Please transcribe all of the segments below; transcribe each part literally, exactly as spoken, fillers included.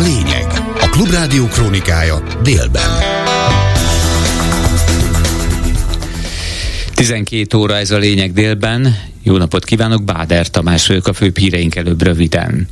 lényeg. A Klubrádió krónikája délben. tizenkét óra ez a lényeg délben. Jó napot kívánok, Báder Tamás vagyok, a főbb híreink előbb röviden.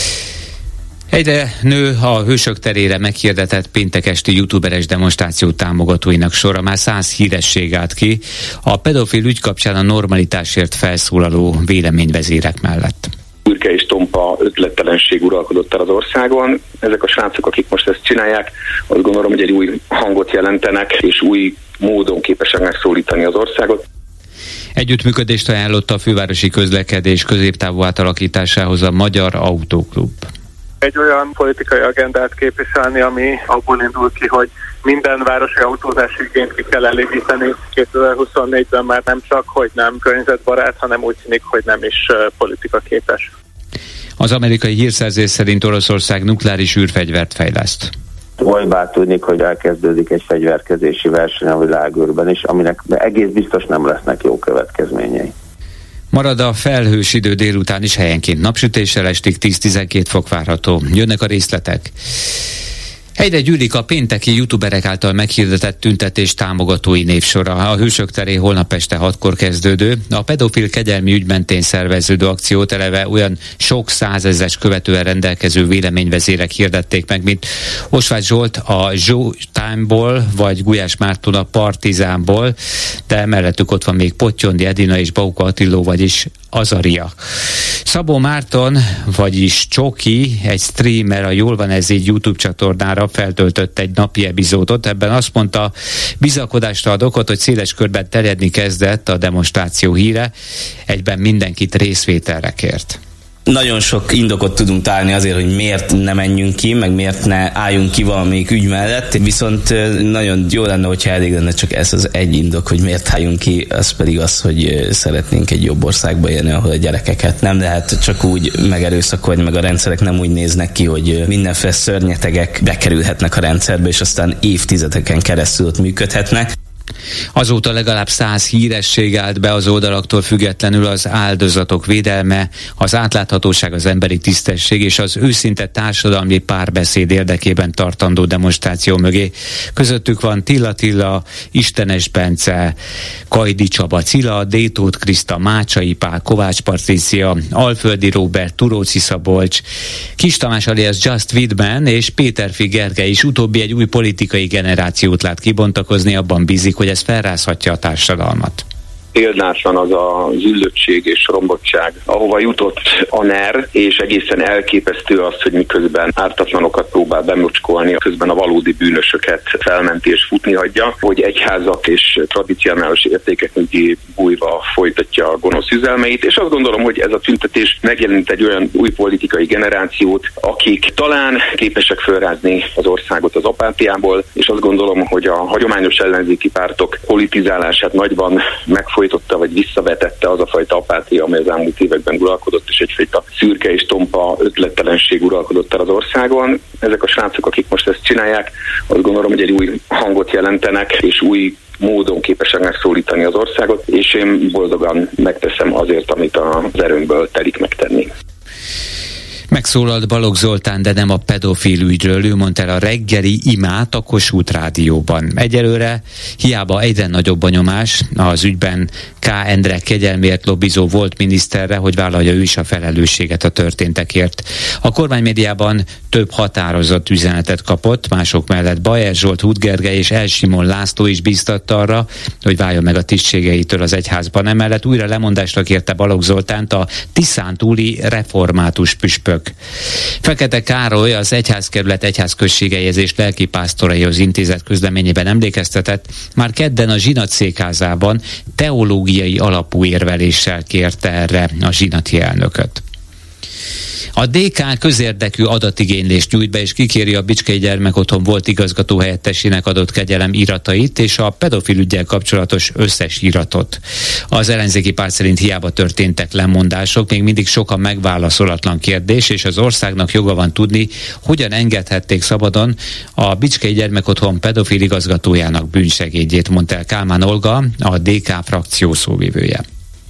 Egyre nő a Hősök terére meghirdetett péntek esti youtuberes demonstráció támogatóinak sora, már száz híresség állt ki a pedofil ügy kapcsán a normalitásért felszólaló véleményvezérek mellett. Szürke és tompa ötlettelenség uralkodott el az országon. Ezek a srácok, akik most ezt csinálják, azt gondolom, hogy egy új hangot jelentenek, és új módon képesek megszólítani az országot. Együttműködést ajánlott a fővárosi közlekedés középtávú átalakításához a Magyar Autóklub. Egy olyan politikai agendát képviselni, ami abból indul ki, hogy minden városi autózási igényt ki kell elégíteni. kétezer-huszonnégyben már nem csak, hogy nem környezetbarát, hanem úgy tűnik, hogy nem is politikaképes. Az amerikai hírszerzés szerint Oroszország nukleáris űrfegyvert fejleszt. Olybá tűnik, hogy elkezdődik egy fegyverkezési verseny a világűrben is, aminek egész biztos nem lesznek jó következményei. Marad a felhős idő délután is, helyenként napsütéssel, estig tíz-tizenkét fok várható. Jönnek a részletek. Egyre gyűlik a pénteki youtuberek által meghirdetett tüntetés támogatói névsora. A Hősök terén holnap este hatkor kezdődő, a pedofil kegyelmi ügy mentén szerveződő akciót eleve olyan sok százezres követően rendelkező véleményvezérek hirdették meg, mint Osváth Zsolt a Showtime-ból, vagy Gulyás Márton a Partizánból, de mellettük ott van még Pottyondi Edina és Bauka Attiló, vagyis Azaria. Szabó Márton, vagyis Csoki, egy streamer, a Jól van ez így YouTube csatornára feltöltött egy napi epizódot. Ebben azt mondta, bizakodásra ad okot, hogy széles körben terjedni kezdett a demonstráció híre, egyben mindenkit részvételre kért. Nagyon sok indokot tudunk találni azért, hogy miért ne menjünk ki, meg miért ne álljunk ki valamelyik ügy mellett, viszont nagyon jó lenne, hogyha elég lenne csak ez az egy indok, hogy miért álljunk ki, az pedig az, hogy szeretnénk egy jobb országba élni, ahol a gyerekeket nem lehet csak úgy megerőszakolni, meg a rendszerek nem úgy néznek ki, hogy mindenféle szörnyetegek bekerülhetnek a rendszerbe, és aztán évtizedeken keresztül ott működhetnek. Azóta legalább száz híresség állt be az oldalaktól függetlenül az áldozatok védelme, az átláthatóság, az emberi tisztesség és az őszinte társadalmi párbeszéd érdekében tartandó demonstráció mögé. Közöttük van Tilla Tilla, Istenes Bence, Kajdi Csaba Cilla, Détóth Kriszta, Mácsai Pál, Kovács Patricia, Alföldi Róbert, Turóci Szabolcs, Kis Tamás alias Just Widman és Péterfi Gergely is, utóbbi egy új politikai generációt lát kibontakozni, abban bízik, hogy ez felrázhatja a társadalmat. Példátlan az a züllöttség és rombottság, ahova jutott a NER, és egészen elképesztő az, hogy miközben ártatlanokat próbál bemocskolni, közben a valódi bűnösöket felmenti és futni hagyja, hogy egyházak és tradicionális értékek mögé bújva folytatja a gonosz üzelmeit, és azt gondolom, hogy ez a tüntetés megjelent egy olyan új politikai generációt, akik talán képesek felrázni az országot az apátiából, és azt gondolom, hogy a hagyományos ellenzéki pártok politizálását nagyban megfordítja, folytotta vagy visszavetette az a fajta apátia, amely az elmúlt években uralkodott, és egyfajta szürke és tompa ötlettelenség uralkodott el az országon. Ezek a srácok, akik most ezt csinálják, azt gondolom, hogy egy új hangot jelentenek, és új módon képesek megszólítani az országot, és én boldogan megteszem azért, amit az erőmből telik megtenni. Megszólalt Balogh Zoltán, de nem a pedofil ügyről. Ő mondta el a reggeli imát a Kossuth Rádióban. Egyelőre hiába egyre nagyobb a nyomás az ügyben K. Endre kegyelmért lobbizó volt miniszterre, hogy vállalja ő is a felelősséget a történtekért. A kormánymédiában több határozott üzenetet kapott, mások mellett Bajer Zsolt, Huth Gergely és El Simon László is bíztatta arra, hogy váljon meg a tisztségeitől az egyházban. Emellett újra lemondásra kérte Balogh Zoltánt a Tiszántúli református püspök. Fekete Károly, az egyházkerület egyházközségelyezés lelkipásztoraihoz intézet közleményében emlékeztetett, már kedden a Zsinat székházában teológiai alapú érveléssel kérte erre a zsinati elnököt. A dé ká közérdekű adatigénylést nyújt be, és kikéri a Bicskei Gyermekotthon volt igazgató helyettesének adott kegyelem iratait és a pedofil üggyel kapcsolatos összes iratot. Az ellenzéki párt szerint hiába történtek lemondások, még mindig sok a megválaszolatlan kérdés, és az országnak joga van tudni, hogyan engedhették szabadon a Bicskei Gyermekotthon pedofil igazgatójának bűnsegédjét, mondta el Kálmán Olga, a dé ká frakció szóvivője.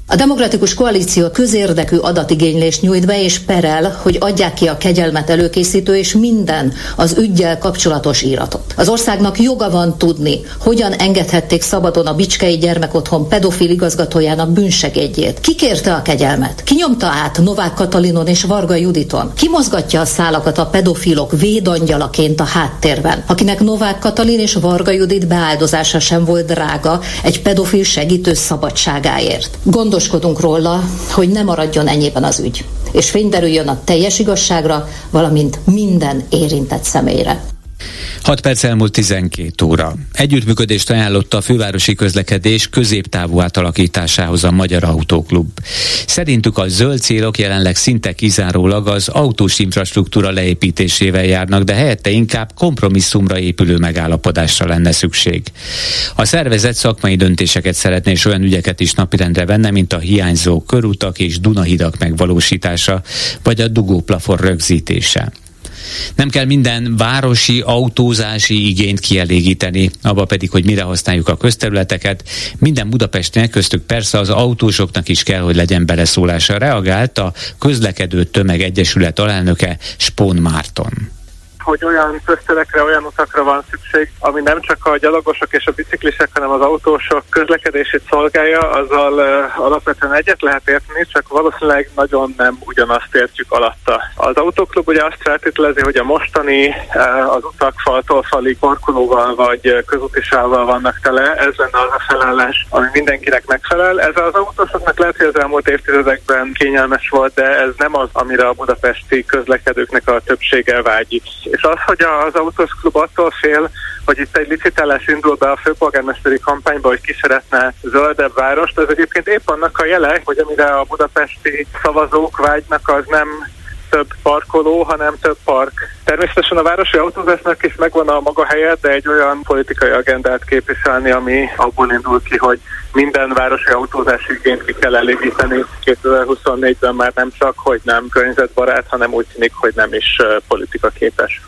A Demokratikus Koalíció közérdekű adatigénylést nyújt be és perel, hogy adják ki a kegyelmet előkészítő és minden az üggyel kapcsolatos íratot. Az országnak joga van tudni, hogyan engedhették szabadon a Bicskei Gyermekotthon pedofil igazgatójának bűnsegédjét. Ki kérte a kegyelmet? Ki nyomta át Novák Katalinon és Varga Juditon? Ki mozgatja a szálakat a pedofilok védangyalaként a háttérben, akinek Novák Katalin és Varga Judit beáldozása sem volt drága egy pedofil segítő szabadságáért. Gondoskodunk róla, hogy ne maradjon ennyiben az ügy, és fény derüljön a teljes igazságra, valamint minden érintett személyre. hat perc elmúlt tizenkét óra. Együttműködést ajánlotta a fővárosi közlekedés középtávú átalakításához a Magyar Autóklub. Szerintük a zöld célok jelenleg szinte kizárólag az autós infrastruktúra leépítésével járnak, de helyette inkább kompromisszumra épülő megállapodásra lenne szükség. A szervezet szakmai döntéseket szeretné, és olyan ügyeket is napirendre venne, mint a hiányzó körutak és Dunahidak megvalósítása, vagy a dugóplafon rögzítése. Nem kell minden városi autózási igényt kielégíteni, abba pedig, hogy mire használjuk a közterületeket. Minden budapestinek, köztük persze az autósoknak is kell, hogy legyen beleszólása, reagált a Közlekedő Tömeg Egyesület alelnöke, Spón Márton. Hogy olyan közterekre, olyan utakra van szükség, ami nem csak a gyalogosok és a biciklisek, hanem az autósok közlekedését szolgálja, azzal uh, alapvetően egyet lehet érteni, csak valószínűleg nagyon nem ugyanazt értjük alatta. Az Autóklub ugye azt feltételezi, hogy a mostani uh, az utak faltól falig parkolóval vagy közútisával vannak tele, ez lenne az a felállás, ami mindenkinek megfelel. Ez az autósoknak lehet, hogy az elmúlt évtizedekben kényelmes volt, de ez nem az, amire a budapesti közlekedőknek a többsége vágyik. És az, hogy az Autóklub attól fél, hogy itt egy licitálás indul be a főpolgármesteri kampányba, hogy ki szeretne zöldebb várost, ez egyébként épp annak a jele, hogy amire a budapesti szavazók vágynak, az nem több parkoló, hanem több park. Természetesen a városi autózásnak is megvan a maga helye, de egy olyan politikai agendát képviselni, ami abból indul ki, hogy minden városi autózási igényt ki kell elégíteni. kétezer-huszonnégyben már nem csak, hogy nem környezetbarát, hanem úgy tűnik, hogy nem is politikaképes.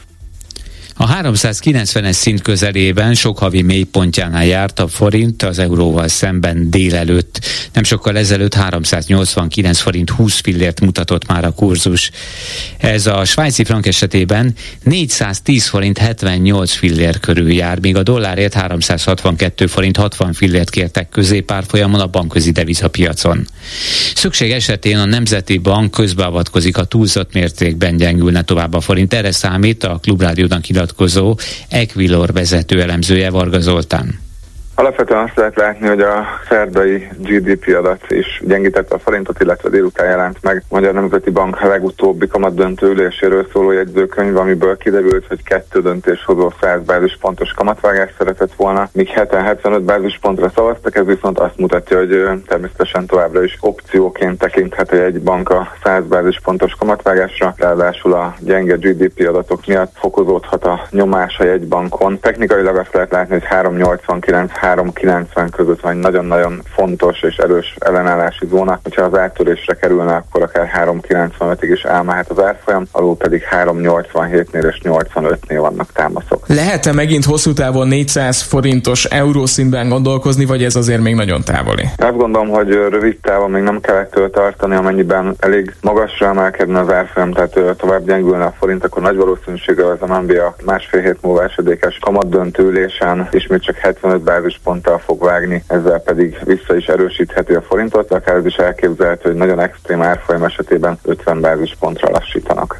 A háromszázkilencvenes szint közelében sok havi mélypontjánál járt a forint az euróval szemben délelőtt. Nem sokkal ezelőtt háromszáznyolcvankilenc forint húsz fillért mutatott már a kurzus. Ez a svájci frank esetében négyszáztíz forint hetvennyolc fillér körül jár, míg a dollárért háromszázhatvankettő forint hatvan fillért kértek középárfolyamon a bankközi devizapiacon. Szükség esetén a Nemzeti Bank közbeavatkozik, a túlzott mértékben gyengülne tovább a forint. Erre számít a Klubrádiónak nyilatkozó Equilor vezető elemzője, Varga Zoltán. Alapvetően azt lehet látni, hogy a szerdai gé dé pé adat is gyengítette a forintot, illetve délután jelent meg a Magyar Nemzeti Bank legutóbbi kamatdöntő üléséről szóló jegyzőkönyv, amiből kiderült, hogy kettő döntéshozó száz bázispontos kamatvágást szeretett volna, míg heten hetvenöt bázispontra szavaztak, ez viszont azt mutatja, hogy természetesen továbbra is opcióként tekinthet egy bank a száz bázispontos kamatvágásra, ráadásul a gyenge gé dé pé adatok miatt fokozódhat a nyomás a jegybankon. Technikailag azt lehet látni, hogy három nyolcvankilenc három kilencven között van egy nagyon-nagyon fontos és erős ellenállási zóna. Hogyha az áttörésre kerülne, akkor akár három kilencvenötig is elmehet az árfolyam, alul pedig három nyolcvanhétnél és nyolcvanötnél vannak támaszok. Lehet-e megint hosszú távon négyszáz forintos eurószintben gondolkozni, vagy ez azért még nagyon távoli? Azt gondolom, hogy rövid távon még nem kell ettől tartani, amennyiben elég magasra emelkedne az árfolyam, tehát tovább gyengülne a forint, akkor nagy valószínűséggel az em en bé a másfél hét múlva esedékes kamatdöntő ülésen ismét csak hetvenöt bázisponttal fog vágni, ezzel pedig vissza is erősítheti a forintot, de akár ez is elképzelhető, hogy nagyon extrém árfolyam esetében ötven bázispontra lassítanak.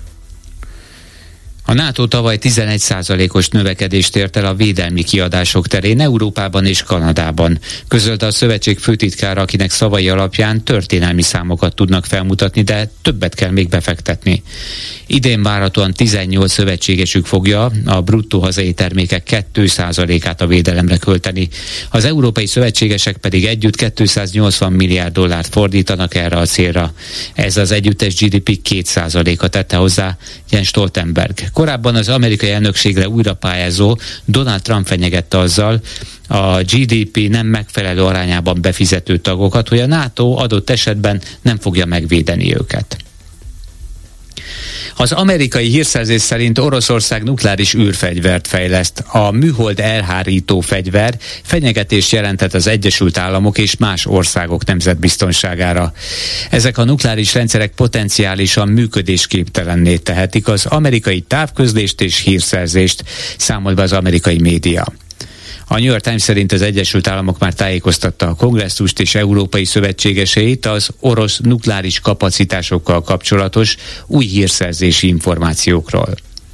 A NATO tavaly tizenegy százalékos növekedést ért el a védelmi kiadások terén Európában és Kanadában, közölte a szövetség főtitkára, akinek szavai alapján történelmi számokat tudnak felmutatni, de többet kell még befektetni. Idén várhatóan tizennyolc szövetségesük fogja a bruttó hazai termékek két százalékát a védelemre költeni. Az európai szövetségesek pedig együtt kétszáznyolcvan milliárd dollárt fordítanak erre a célra. Ez az együttes gé dé pé két százaléka, tette hozzá Jens Stoltenberg. Korábban az amerikai elnökségre újra pályázó Donald Trump fenyegette azzal a gé dé pé nem megfelelő arányában befizető tagokat, hogy a NATO adott esetben nem fogja megvédeni őket. Az amerikai hírszerzés szerint Oroszország nukleáris űrfegyvert fejleszt. A műhold elhárító fegyver fenyegetést jelentett az Egyesült Államok és más országok nemzetbiztonságára. Ezek a nukleáris rendszerek potenciálisan működésképtelenné tehetik az amerikai távközlést és hírszerzést, számolt be az amerikai média. A New York Times szerint az Egyesült Államok már tájékoztatta a kongresszust és európai szövetségeseit az orosz nukleáris kapacitásokkal kapcsolatos új hírszerzési információkról.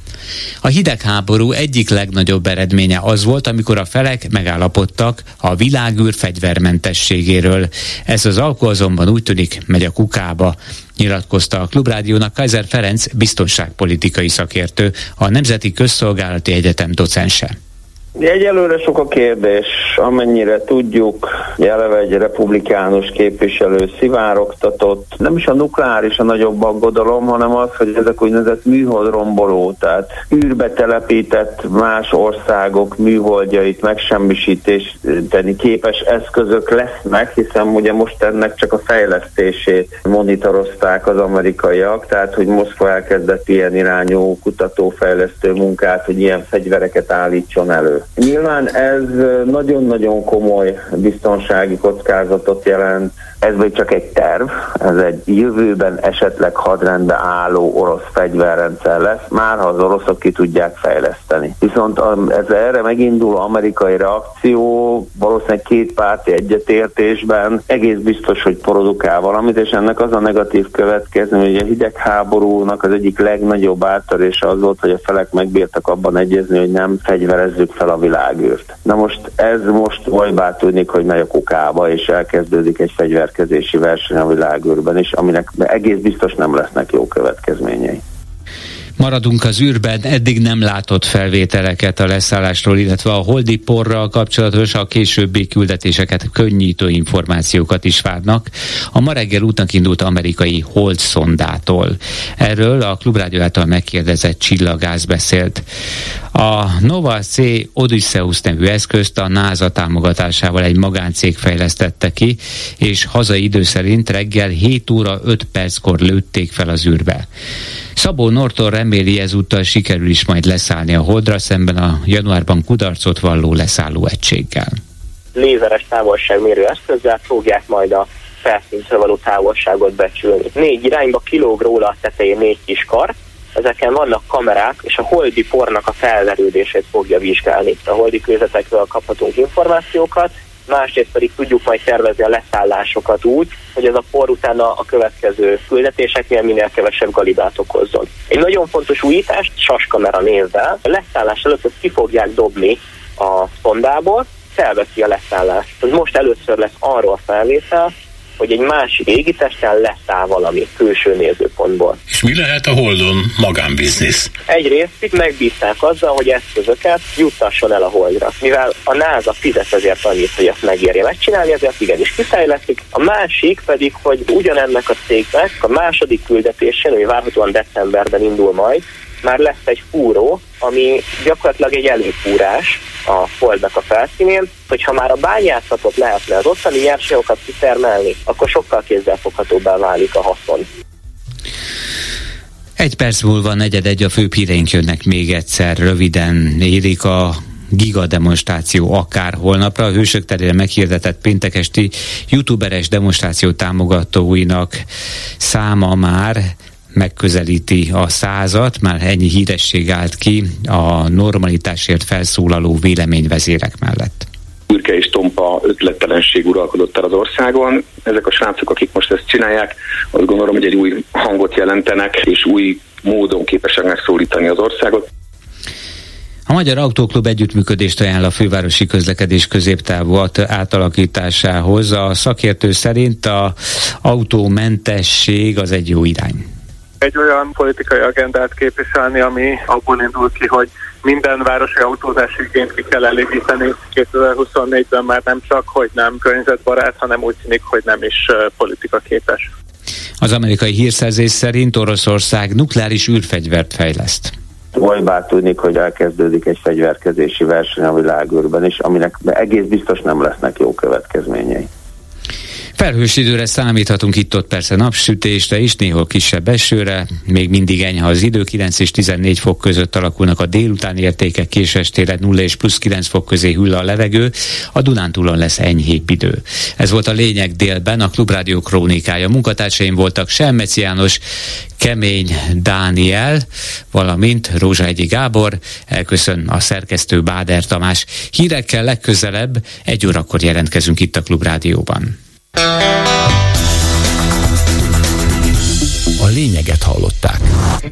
A hidegháború egyik legnagyobb eredménye az volt, amikor a felek megállapodtak a világűr fegyvermentességéről. Ez az alkú azonban úgy tűnik megy a kukába, nyilatkozta a Klubrádiónak Kaiser Ferenc biztonságpolitikai szakértő, a Nemzeti Közszolgálati Egyetem docense. Egyelőre sok a kérdés, amennyire tudjuk, eleve egy republikánus képviselő szivárogtatott. Nem is a nukleáris a nagyobb aggodalom, hanem az, hogy ezek úgynevezett műholdromboló, tehát űrbe telepített más országok műholdjait megsemmisíteni képes eszközök lesznek, hiszen ugye most ennek csak a fejlesztését monitorozták az amerikaiak, tehát hogy Moszkva elkezdett ilyen irányú kutatófejlesztő munkát, hogy ilyen fegyvereket állítson elő. Nyilván ez nagyon-nagyon komoly biztonsági kockázatot jelent. Ez még csak egy terv, ez egy jövőben esetleg hadrendbe álló orosz fegyverrendszer lesz, már ha az oroszok ki tudják fejleszteni. Viszont ez erre meginduló amerikai reakció valószínűleg két párti egyetértésben egész biztos, hogy produkál valamit, és ennek az a negatív következmény, hogy a hidegháborúnak az egyik legnagyobb áttörése az volt, hogy a felek megbírtak abban egyezni, hogy nem fegyverezzük fel a világűrt. Na most ez most olybá tűnik, hogy megy a kukába, és elkezdődik egy fegyverkezési verseny a világűrben is, aminek egész biztos nem lesznek jó következményei. Maradunk az űrben, eddig nem látott felvételeket a leszállásról, illetve a holdi porral kapcsolatos a későbbi küldetéseket könnyítő információkat is várnak a ma reggel útnak indult amerikai hold szondától. Erről a Klubrádió által megkérdezett csillagász beszélt. A Nova C Odysseus nevű eszközt a NASA támogatásával egy magáncég fejlesztette ki, és hazai idő szerint reggel hét óra öt perckor lőtték fel az űrbe. Szabó Norton reméli, ezúttal sikerül is majd leszállni a holdra, szemben a januárban kudarcot valló leszálló egységgel. Lézeres távolságmérő eszközzel fogják majd a felszíntre való távolságot becsülni. Négy irányba kilóg róla a tetején négy kis kar, ezeken vannak kamerák, és a holdi pornak a felverődését fogja vizsgálni. A holdi kőzetekről kaphatunk információkat, másrészt pedig tudjuk majd tervezni a leszállásokat úgy, hogy ez a por utána a következő küldetéseknél minél kevesebb galibát okozzon. Egy nagyon fontos újítás, saskamera névvel, a leszállás előtt ezt ki fogják dobni a szondából, felveszi a leszállást. Most először lesz arról felvétel, hogy egy másik égitesten leszáll valami külső nézőpontból. És mi lehet a Holdon magánbiznisz? Egyrészt itt megbízták azzal, hogy eszközöket juttasson el a Holdra. Mivel a NASA fizet ezért annyit, hogy ezt megérje megcsinálni, ezért igenis kifejlesztik. A másik pedig, hogy ugyanennek a cégnek a második küldetésén, ami várhatóan decemberben indul majd, már lesz egy fúró, ami gyakorlatilag egy előfúrás a Holdnak a felszínén, hogyha már a bányászatot lehetne az ottani nyersanyagokat kitermelni, akkor sokkal kézzelfoghatóbbá válik a haszon. Egy perc múlva negyed egy, a főbb híreink jönnek még egyszer, röviden érik a giga demonstráció akár holnapra. A Hősök terére meghirdetett péntekesti youtuberes demonstráció támogatóinak száma már megközelíti a százat, már ennyi híresség állt ki a normalitásért felszólaló véleményvezérek mellett. Ürke és tompa ötlettelenség uralkodott el az országon. Ezek a srácok, akik most ezt csinálják, azt gondolom, hogy egy új hangot jelentenek, és új módon képesek megszólítani az országot. A Magyar Autóklub együttműködést ajánl a fővárosi közlekedés középtávú átalakításához. A szakértő szerint az autómentesség az egy jó irány. Egy olyan politikai agendát képviselni, ami abból indul ki, hogy minden városi autózási igényt ki kell elégíteni. kétezer-huszonnégyben már nem csak, hogy nem környezetbarát, hanem úgy tűnik, hogy nem is politikaképes. Az amerikai hírszerzés szerint Oroszország nukleáris űrfegyvert fejleszt. Olybá tűnik, hogy elkezdődik egy fegyverkezési verseny a világűrben is, aminek egész biztos nem lesznek jó következményei. Felhős időre számíthatunk, itt-ott persze napsütésre is, néhol kisebb esőre, még mindig enyhe az idő, kilenc és tizennégy fok között alakulnak a délutáni értékek, késestére nulla és plusz kilenc fok közé hűl a levegő, a Dunántúlon lesz enyhébb idő. Ez volt a lényeg délben, a Klubrádió krónikája. Munkatársaim voltak Selmeci János, Kemény Dániel, valamint Rózsahegyi Gábor, elköszön a szerkesztő Báder Tamás. Hírekkel legközelebb egy órakor jelentkezünk itt a Klubrádióban. A lényeget hallották.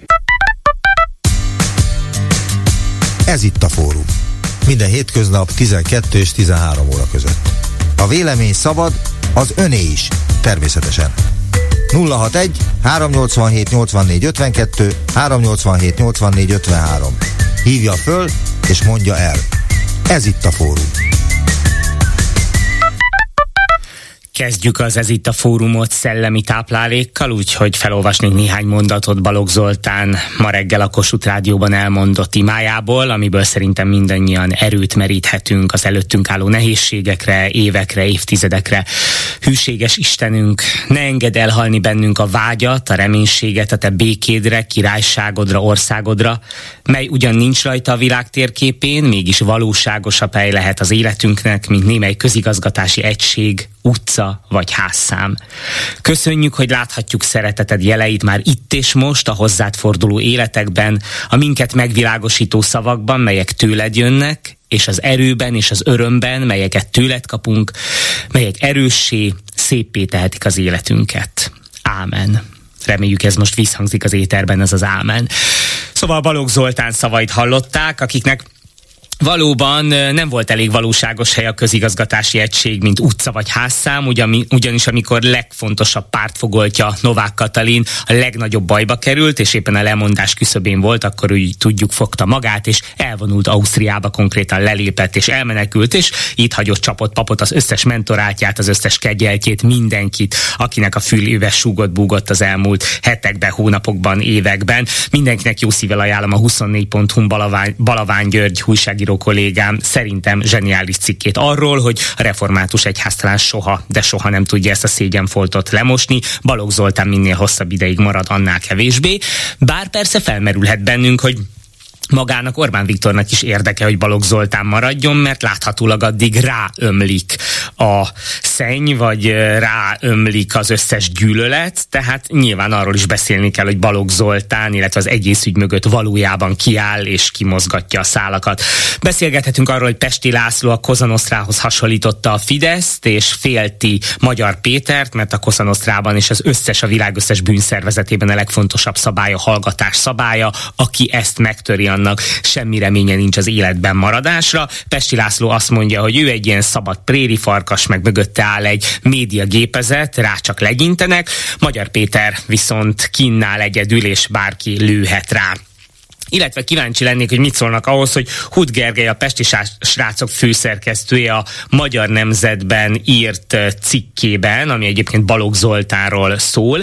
Ez itt a Fórum. Minden hétköznap tizenkettő és tizenhárom óra között. A vélemény szabad, az öné is, természetesen. nulla hatvanegy, háromnyolcvanhét, nyolcvannégy, ötvenkettő, háromnyolcvanhét, nyolcvannégy, ötvenhárom. Hívja föl és mondja el. Ez itt a Fórum. Kezdjük az Ez itt a Fórumot szellemi táplálékkal, úgyhogy felolvasnék néhány mondatot Balogh Zoltán ma reggel a Kossuth Rádióban elmondott imájából, amiből szerintem mindannyian erőt meríthetünk az előttünk álló nehézségekre, évekre, évtizedekre. Hűséges Istenünk, ne engedd elhalni bennünk a vágyat, a reménységet a te békédre, királyságodra, országodra, mely ugyan nincs rajta a világ térképén, mégis valóságosabb hely lehet az életünknek, mint némely közigazgatási egység, utca vagy házszám. Köszönjük, hogy láthatjuk szereteted jeleit már itt és most a hozzád forduló életekben, a minket megvilágosító szavakban, melyek tőled jönnek, és az erőben és az örömben, melyeket tőled kapunk, melyek erőssé, széppé tehetik az életünket. Ámen. Reméljük, ez most visszhangzik az éterben, ez az ámen. Szóval Balogh Zoltán szavait hallották, akiknek valóban nem volt elég valóságos hely a közigazgatási egység, mint utca vagy házszám, ugyan, ugyanis amikor legfontosabb pártfogoltja Novák Katalin a legnagyobb bajba került, és éppen a lemondás küszöbén volt, akkor úgy tudjuk fogta magát, és elvonult Ausztriába, konkrétan lelépett, és elmenekült, és itt hagyott csapott papot az összes mentorátját, az összes kegyeltjét, mindenkit, akinek a fülébe súgott búgott az elmúlt hetekben, hónapokban, években. Mindenkinek jó szívvel ajánlom a huszonnégy pont hu Balavány, Balavány György újságíró kollégám szerintem zseniális cikkét arról, hogy a református egyház talán soha, de soha nem tudja ezt a szégyenfoltot lemosni. Balogh Zoltán minél hosszabb ideig marad, annál kevésbé. Bár persze felmerülhet bennünk, hogy magának, Orbán Viktornak is érdeke, hogy Balogh Zoltán maradjon, mert láthatólag addig ráömlik a szenny, vagy ráömlik az összes gyűlölet, tehát nyilván arról is beszélni kell, hogy Balogh Zoltán, illetve az egész ügy mögött valójában kiáll és kimozgatja a szálakat. Beszélgethetünk arról, hogy Pesti László a Cosa Nostrához hasonlította a Fideszt, és félti Magyar Pétert, mert a Cosa Nostrában és az összes, a világ összes bűnszervezetében a legfontosabb szabály a hallgatás szabálya. Aki ezt megtöri, annak semmi reménye nincs az életben maradásra. Pesti László azt mondja, hogy ő egy ilyen szabad préri farkas, meg mögötte áll egy média gépezet, rá csak legyintenek. Magyar Péter viszont kinnál egyedül, és bárki lőhet rá. Illetve kíváncsi lennék, hogy mit szólnak ahhoz, hogy Huth Gergely, a Pesti Srácok főszerkesztője a Magyar Nemzetben írt cikkében, ami egyébként Balogh Zoltánról szól,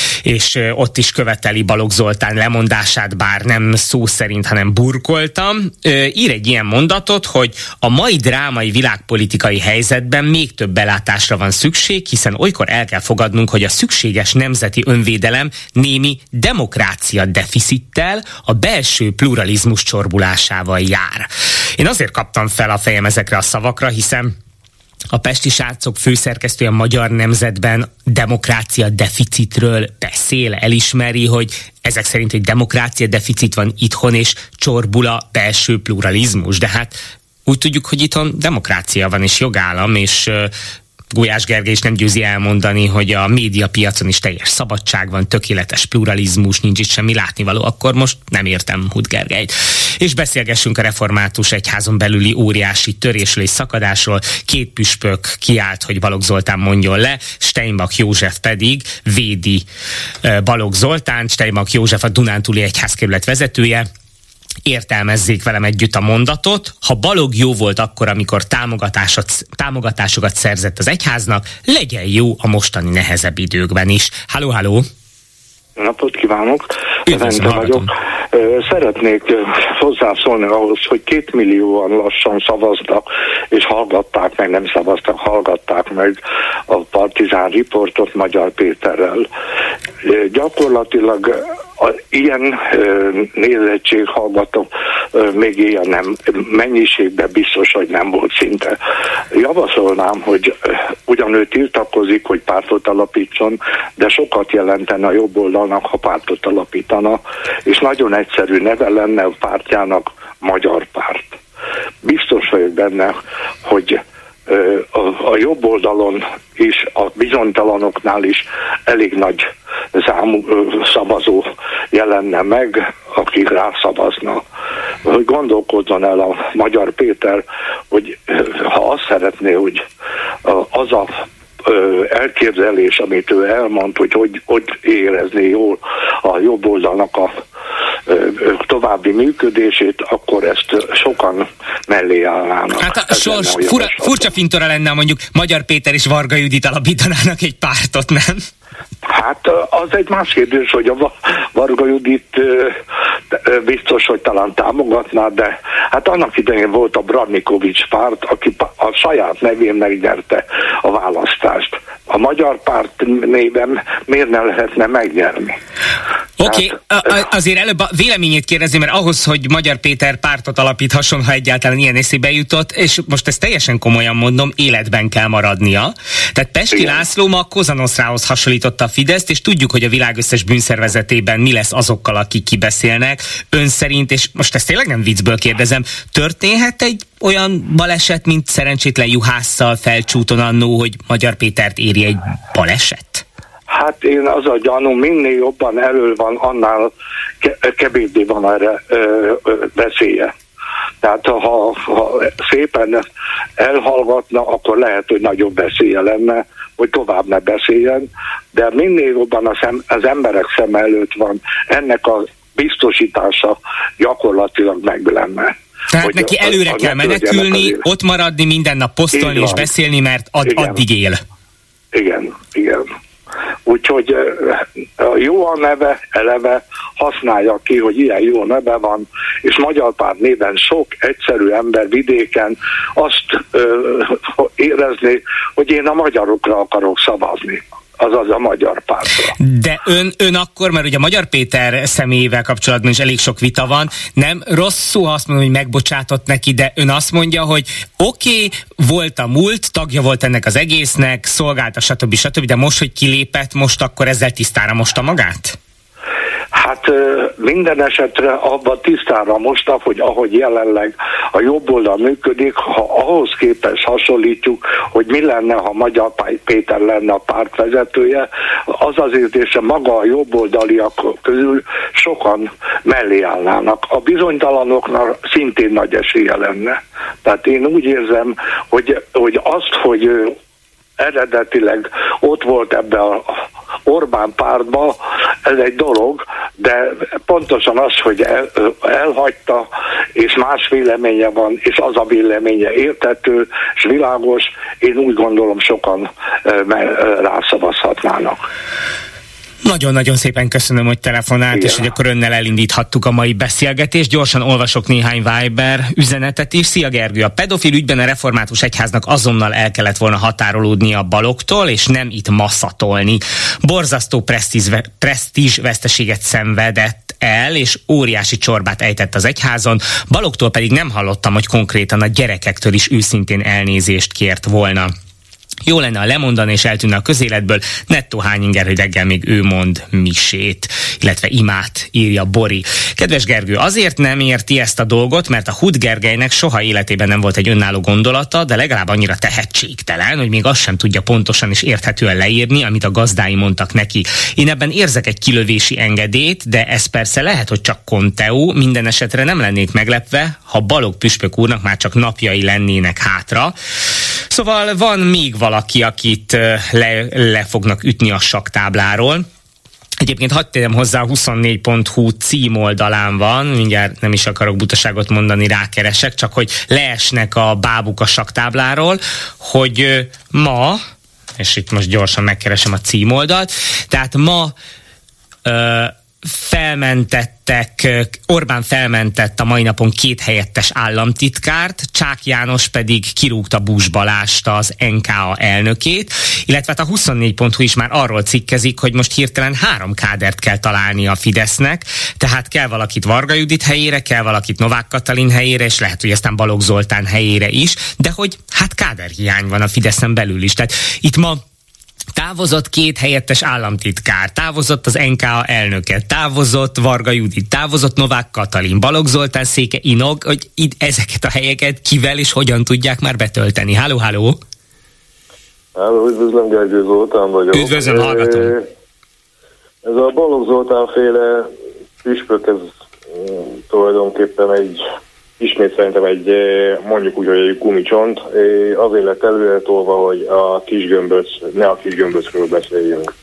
és ott is követeli Balogh Zoltán lemondását, bár nem szó szerint, hanem burkoltam. Ír egy ilyen mondatot, hogy a mai drámai világpolitikai helyzetben még több belátásra van szükség, hiszen olykor el kell fogadnunk, hogy a szükséges nemzeti önvédelem némi demokrácia deficittel, a belső pluralizmus csorbulásával jár. Én azért kaptam fel a fejem ezekre a szavakra, hiszen a Pesti Srácok főszerkesztője a Magyar Nemzetben demokrácia deficitről beszél, elismeri, hogy ezek szerint egy demokrácia deficit van itthon, és csorbul a belső pluralizmus. De hát úgy tudjuk, hogy itthon demokrácia van, és jogállam, és Gulyás Gergely is nem győzi elmondani, hogy a médiapiacon is teljes szabadság van, tökéletes pluralizmus, nincs itt semmi látnivaló, akkor most nem értem Huth Gergelyt. És beszélgessünk a református egyházon belüli óriási törésről és szakadásról. Két püspök kiállt, hogy Balogh Zoltán mondjon le, Steinbach József pedig védi Balogh Zoltánt. Steinbach József a Dunántúli Egyházkerület vezetője. Értelmezzék velem együtt a mondatot. Ha Balogh jó volt akkor, amikor támogatásokat szerzett az egyháznak, legyen jó a mostani nehezebb időkben is. Halló, halló! Napot kívánok! Üdvözlöm, vagyok. Szeretnék hozzászólni ahhoz, hogy két millióan lassan szavaznak, és hallgatták meg, nem szavaztak, hallgatták meg a Partizán riportot Magyar Péterrel. Gyakorlatilag a, ilyen nézettség hallgatok, még ilyen nem, mennyiségben biztos, hogy nem volt szinte. Javasolnám, hogy ugyan ő tiltakozik, hogy pártot alapítson, de sokat jelentene a jobb oldalnak, ha pártot alapítana, és nagyon egyszerű neve lenne a pártjának Magyar Párt. Biztos vagyok benne, hogy a, a jobb oldalon és a bizonytalanoknál is elég nagy számú szavazó jelenne meg, akik rászavazna. Hogy gondolkozzon el a Magyar Péter, hogy ha azt szeretné, hogy az a elképzelés, amit ő elmond, hogy hogy, hogy érezni jól a jobb oldalnak a további működését, akkor ezt sokan mellé állnának. Hát a sors fura, furcsa fintora lenne, mondjuk Magyar Péter és Varga Judit alapítanának egy pártot, nem? Hát az egy más kérdés, hogy a Varga Judit biztos, hogy talán támogatná, de hát annak idején volt a Bradnikovics párt, aki a saját nevén megnyerte a választást. A Magyar Párt néven miért ne lehetne megnyerni? Oké, okay. Azért előbb a véleményét kérdezni, mert ahhoz, hogy Magyar Péter pártot alapíthasson, ha egyáltalán ilyen eszébe jutott, és most ezt teljesen komolyan mondom, életben kell maradnia. Tehát Pesti Igen. László ma Kozanoszrához hasonlította a Fideszt, és tudjuk, hogy a világ összes bűnszervezetében mi lesz azokkal, akik kibeszélnek. Ön szerint, és most ezt tényleg nem viccből kérdezem, történhet egy olyan baleset, mint szerencsétlen juhásszal felcsúton annó, hogy Magyar Pétert éri egy baleset? Hát én az a gyanú, minél jobban elől van, annál ke- kevésbé van erre ö, ö, veszélye. Tehát ha, ha szépen elhallgatna, akkor lehet, hogy nagyobb veszélye lenne, hogy tovább ne beszéljen, de minél jobban az, em- az emberek szem előtt van, ennek a biztosítása gyakorlatilag meg lenne. Tehát hogy neki előre a, kell menekülni, ott maradni, minden nap posztolni és beszélni, mert ad, addig él. Igen, igen. Úgyhogy jó a neve, eleve használja ki, hogy ilyen jó neve van, és Magyar Párt néven sok egyszerű ember vidéken azt ö, érezni, hogy én a magyarokra akarok szavazni. Azaz a Magyar Pártra. De ön, ön akkor, mert ugye a Magyar Péter személyével kapcsolatban is elég sok vita van, nem rosszul azt mondom, hogy megbocsátott neki, de ön azt mondja, hogy oké, okay, volt a múlt, tagja volt ennek az egésznek, szolgálta, stb. stb., de most, hogy kilépett, most akkor ezzel tisztára mosta magát? Hát minden esetre abban tisztára mostak, hogy ahogy jelenleg a jobb oldal működik, ha ahhoz képest hasonlítjuk, hogy mi lenne, ha Magyar Péter lenne a párt vezetője, az az érzése, maga a jobb oldaliak közül sokan mellé állnának. A bizonytalanoknak szintén nagy esélye lenne. Tehát én úgy érzem, hogy, hogy azt, hogy eredetileg ott volt ebbe a Orbán pártba, ez egy dolog, de pontosan az, hogy el, elhagyta, és más véleménye van, és az a véleménye érthető, és világos, én úgy gondolom sokan rászavazhatnának. Nagyon-nagyon szépen köszönöm, hogy telefonált, igen. És hogy akkor önnel elindíthattuk a mai beszélgetést. Gyorsan olvasok néhány Viber üzenetet is. Szia Gergő, a pedofil ügyben a református egyháznak azonnal el kellett volna határolódni a Balogtól, és nem itt masszatolni. Borzasztó presztízs veszteséget szenvedett el, és óriási csorbát ejtett az egyházon. Balogtól pedig nem hallottam, hogy konkrétan a gyerekektől is őszintén elnézést kért volna. Jó lenne, ha lemondani és eltűnne a közéletből, nettó hány inger, hogy reggel még ő mond misét, illetve imát, írja Bori. Kedves Gergő, azért nem érti ezt a dolgot, mert a Hud Gergelynek soha életében nem volt egy önálló gondolata, de legalább annyira tehetségtelen, hogy még azt sem tudja pontosan és érthetően leírni, amit a gazdái mondtak neki. Én ebben érzek egy kilövési engedélyt, de ez persze lehet, hogy csak konteó, minden esetre nem lennék meglepve, ha Balogh püspök úrnak már csak napjai lennének hátra. Szóval van még valaki, akit le, le fognak ütni a sakktábláról. Egyébként hadd tegyem hozzá, a huszonnégy pont hu címoldalán van, mindjárt nem is akarok butaságot mondani, rákeresek, csak hogy leesnek a bábuk a sakktábláról, hogy ma, és itt most gyorsan megkeresem a címoldalt, tehát ma ö, felmentettek, Orbán felmentett a mai napon két helyettes államtitkárt, Csák János pedig kirúgta Bús Balást, az en ká á elnökét, illetve hát a huszonnégy pont hu is már arról cikkezik, hogy most hirtelen három kádert kell találni a Fidesznek, tehát kell valakit Varga Judit helyére, kell valakit Novák Katalin helyére, és lehet, hogy aztán Balogh Zoltán helyére is, de hogy hát káderhiány van a Fideszen belül is. Tehát itt ma távozott két helyettes államtitkár, távozott az en ká á elnöke, távozott Varga Judit, távozott Novák Katalin, Balogh Zoltán, Széke Inog, hogy itt ezeket a helyeket kivel és hogyan tudják már betölteni. Háló, háló! Háló, üdvözlöm, Gergő Zoltán vagyok. Üdvözlöm, hallgatom! Ez a Balogh Zoltán féle püspök, ez tulajdonképpen egy, ismét szerintem egy, mondjuk úgy, hogy egy gumicsont, azért lett előretolva, hogy a kisgömböc, ne a kisgömböcről beszéljünk.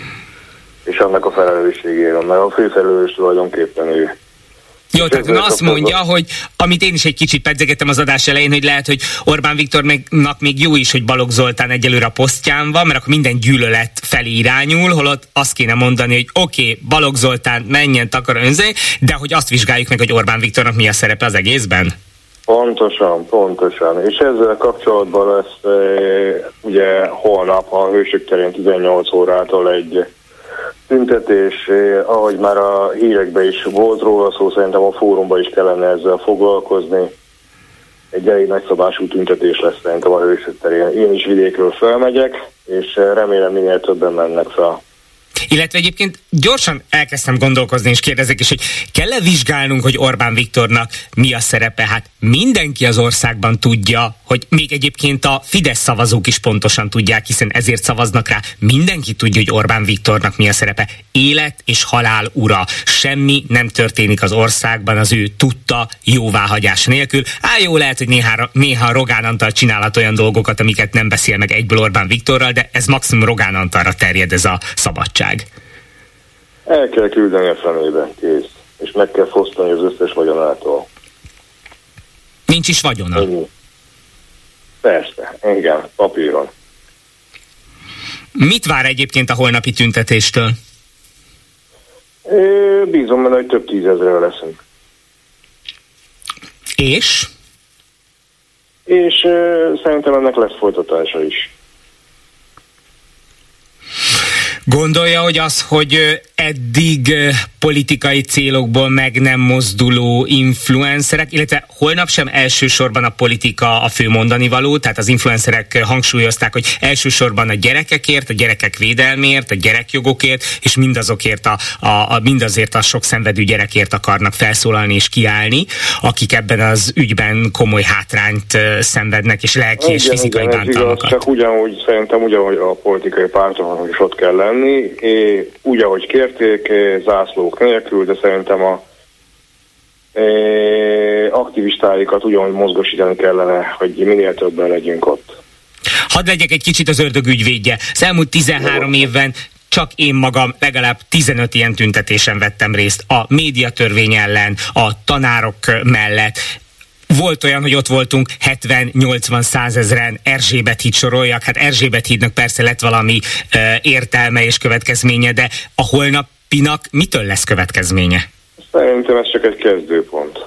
És annak a felelősségéről, mert a főfelelős tulajdonképpen ő. Jó, tehát ön azt mondja, hogy amit én is egy kicsit pedzegettem az adás elején, hogy lehet, hogy Orbán Viktornak még jó is, hogy Balogh Zoltán egyelőre a posztján van, mert akkor minden gyűlölet felé irányul, holott azt kéne mondani, hogy oké, okay, Balogh Zoltán menjen takar önzé, de hogy azt vizsgáljuk meg, hogy Orbán Viktornak mi a szerepe az egészben? Pontosan, pontosan. És ezzel kapcsolatban lesz e, ugye holnap a Hősök terén tizennyolc órától egy tüntetés, eh, ahogy már a hírekben is volt róla szó, szerintem a fórumban is kellene ezzel foglalkozni. Egy elég nagyszabású tüntetés lesz szerintem a Hősök terén. Én is vidékről felmegyek, és remélem minél többen mennek fel. Illetve egyébként gyorsan elkezdtem gondolkozni, és kérdezek is, hogy kell-e vizsgálnunk, hogy Orbán Viktornak mi a szerepe? Hát mindenki az országban tudja, hogy még egyébként a Fidesz szavazók is pontosan tudják, hiszen ezért szavaznak rá. Mindenki tudja, hogy Orbán Viktornak mi a szerepe. Élet és halál ura. Semmi nem történik az országban az ő tudta jóváhagyás nélkül. Á, jó, lehet, hogy néha, néha Rogán Antal csinálhat olyan dolgokat, amiket nem beszél meg egyből Orbán Viktorral, de ez maximum Rogán Antalra terjed, ez a szabadság. El kell küldeni a fenébe, kész. És meg kell fosztani az összes vagyonától. Nincs is vagyona? Ennyi. Persze, igen, papíron. Mit vár egyébként a holnapi tüntetéstől? É, bízom benne, hogy több tízezre leszünk. És? És euh, szerintem ennek lesz folytatása is. Gondolja, hogy az, hogy eddig politikai célokból meg nem mozduló influencerek, illetve holnap sem elsősorban a politika a fő mondani való, tehát az influencerek hangsúlyozták, hogy elsősorban a gyerekekért, a gyerekek védelmért, a gyerekjogokért, és mindazokért a, a, a, mindazért a sok szenvedő gyerekért akarnak felszólalni és kiállni, akik ebben az ügyben komoly hátrányt szenvednek, és lelki és fizikai igen, bántalmakat. Csak ugyanúgy, szerintem ugyanúgy a politikai pártoknak is ott kell lenni, É, úgy, ahogy kérték, zászlók nélkül, de szerintem a é, aktivistáikat ugyanúgy mozgosítani kellene, hogy minél többen legyünk ott. Hadd legyek egy kicsit az ördög ügyvédje. Az elmúlt tizenhárom évben csak én magam legalább tizenöt ilyen tüntetésen vettem részt. A médiatörvény ellen, a tanárok mellett. Volt olyan, hogy ott voltunk hetven-nyolcvan-százezren, Erzsébet híd soroljak, hát Erzsébet hídnak persze lett valami uh, értelme és következménye, de a holnapinak mitől lesz következménye? Szerintem ez csak egy kezdőpont.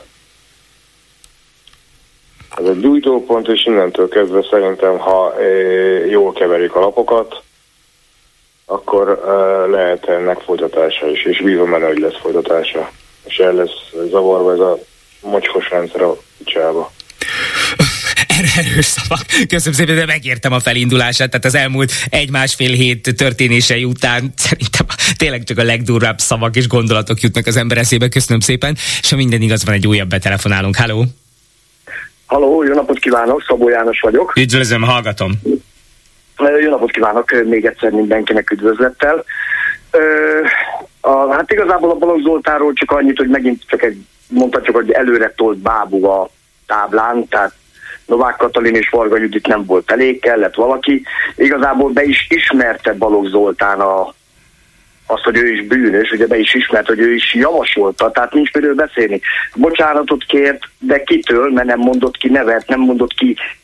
Ez egy gyújtópont, és innentől kezdve szerintem, ha e, jól keverik a lapokat, akkor e, lehet ennek folytatása is, és bízom benne, hogy lesz folytatása. És el lesz zavarva ez a mocskos rendszer a picsába. Erős szavak. Köszönöm szépen, de megértem a felindulását. Tehát az elmúlt egy-másfél hét történései után szerintem tényleg csak a legdurvább szavak és gondolatok jutnak az ember eszébe. Köszönöm szépen, és ha minden igaz, van egy újabb betelefonálunk. Halló! Halló, jó napot kívánok, Szabó János vagyok. Üdvözlöm, hallgatom. Jó napot kívánok, még egyszer mindenkinek üdvözlettel. A, hát igazából a Balogh Zoltánról csak annyit, hogy megint csak egy, mondhatjuk, hogy előre tolt bábú a táblán, tehát Novák Katalin és Varga Judit nem volt elég, kellett valaki. Igazából be is ismerte Balogh Zoltán a, azt, hogy ő is bűnös, ugye be is ismert, hogy ő is javasolta, tehát nincs miről beszélni. Bocsánatot kért, de kitől, mert nem mondott ki nevet, nem mondott ki